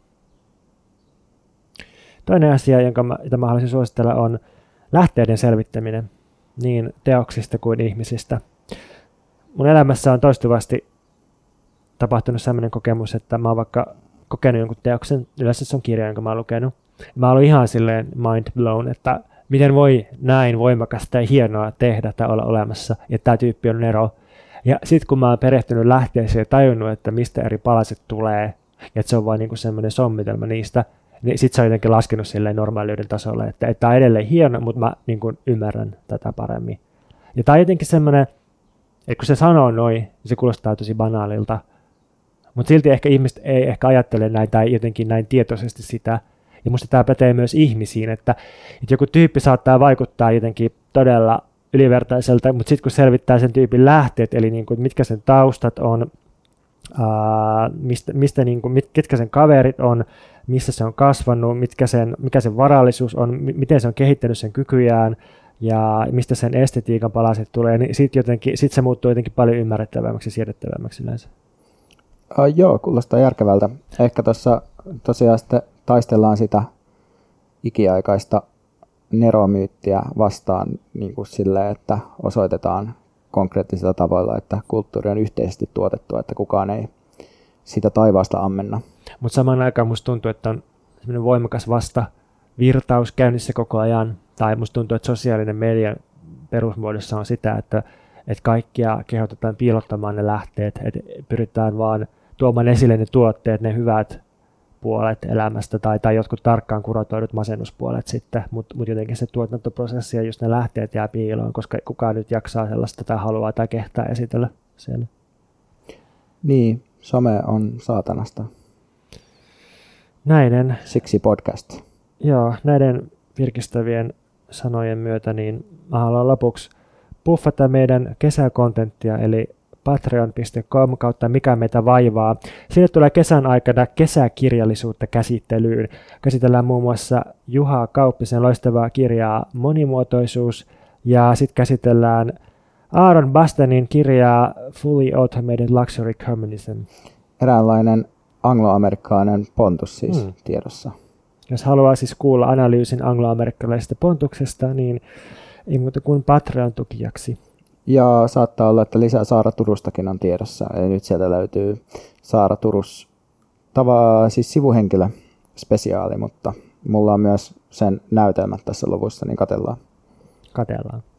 Toinen asia, jonka mä haluaisin suositella, on lähteiden selvittäminen niin teoksista kuin ihmisistä. Mun elämässä on toistuvasti tapahtunut sellainen kokemus, että mä oon vaikka kokenut jonkun teoksen, yleensä se on kirja, jonka mä oon lukenut. Mä oon ollut ihan silleen mind blown, että miten voi näin voimakasta ja hienoa tehdä tai olla olemassa, ja tää tyyppi on Nero. Ja sit kun mä oon perehtynyt lähteeseen ja tajunnut, että mistä eri palaset tulee, ja että se on vain niinku semmoinen sommitelma niistä, niin sit se on jotenkin laskenut silleen normaaliuden tasolle, että tää on edelleen hieno, mutta mä niinku ymmärrän tätä paremmin. Ja tää on jotenkin semmoinen, että kun se sanoo noin, niin se kuulostaa tosi banaalilta, mutta silti ehkä ihmiset ei ehkä ajattele näin tai jotenkin näin tietoisesti sitä. Ja musta tämä pätee myös ihmisiin, että joku tyyppi saattaa vaikuttaa jotenkin todella ylivertaiselta, mutta sitten kun selvittää sen tyypin lähteet, eli niin kuin, mitkä sen taustat on, ketkä sen kaverit on, missä se on kasvanut, mikä sen varallisuus on, miten se on kehittänyt sen kykyjään ja mistä sen estetiikan palaset tulee, niin sitten se muuttuu jotenkin paljon ymmärrettävämmäksi ja siedettävämmäksi yleensä. Joo, kuulostaa järkevältä. Ehkä tuossa tosiaan sitten taistellaan sitä ikiaikaista neromyyttiä vastaan niin kuin silleen, että osoitetaan konkreettisilla tavoilla, että kulttuuri on yhteisesti tuotettua, että kukaan ei sitä taivaasta ammenna. Mutta samaan aikaan musta tuntuu, että on sellainen voimakas virtaus käynnissä koko ajan, tai musta tuntuu, että sosiaalinen media perusmuodossa on sitä, että kaikkia kehotetaan piilottamaan ne lähteet, että pyritään vaan tuomaan esille ne tuotteet, ne hyvät puolet elämästä tai jotkut tarkkaan kuratoidut masennuspuolet sitten, mutta jotenkin se tuotantoprosessi ja just ne lähteet jää piiloon, koska kukaan nyt jaksaa sellaista tai haluaa tai kehtaa esitellä siellä. Niin, some on saatanasta. näiden, siksi podcast. joo, näiden virkistävien sanojen myötä, niin mä haluan lopuksi puffata meidän kesäkontenttia, eli patreon.com kautta mikä meitä vaivaa. Sinne tulee kesän aikana kesäkirjallisuutta käsittelyyn. Käsitellään muun muassa Juha Kauppisen loistavaa kirjaa Monimuotoisuus, ja sitten käsitellään Aaron Bastanin kirjaa Fully Automated Luxury Communism. Eräänlainen angloamerikkainen pontus siis tiedossa. Jos haluaa siis kuulla analyysin angloamerikkalaisesta pontuksesta, niin ei muuta kuin Patreon-tukijaksi. Ja saattaa olla, että lisää Saara Turustakin on tiedossa. Eli nyt sieltä löytyy Saara Turus siis sivuhenkilö spesiaali, mutta mulla on myös sen näytelmät tässä luvussa, niin katellaan. Katellaan.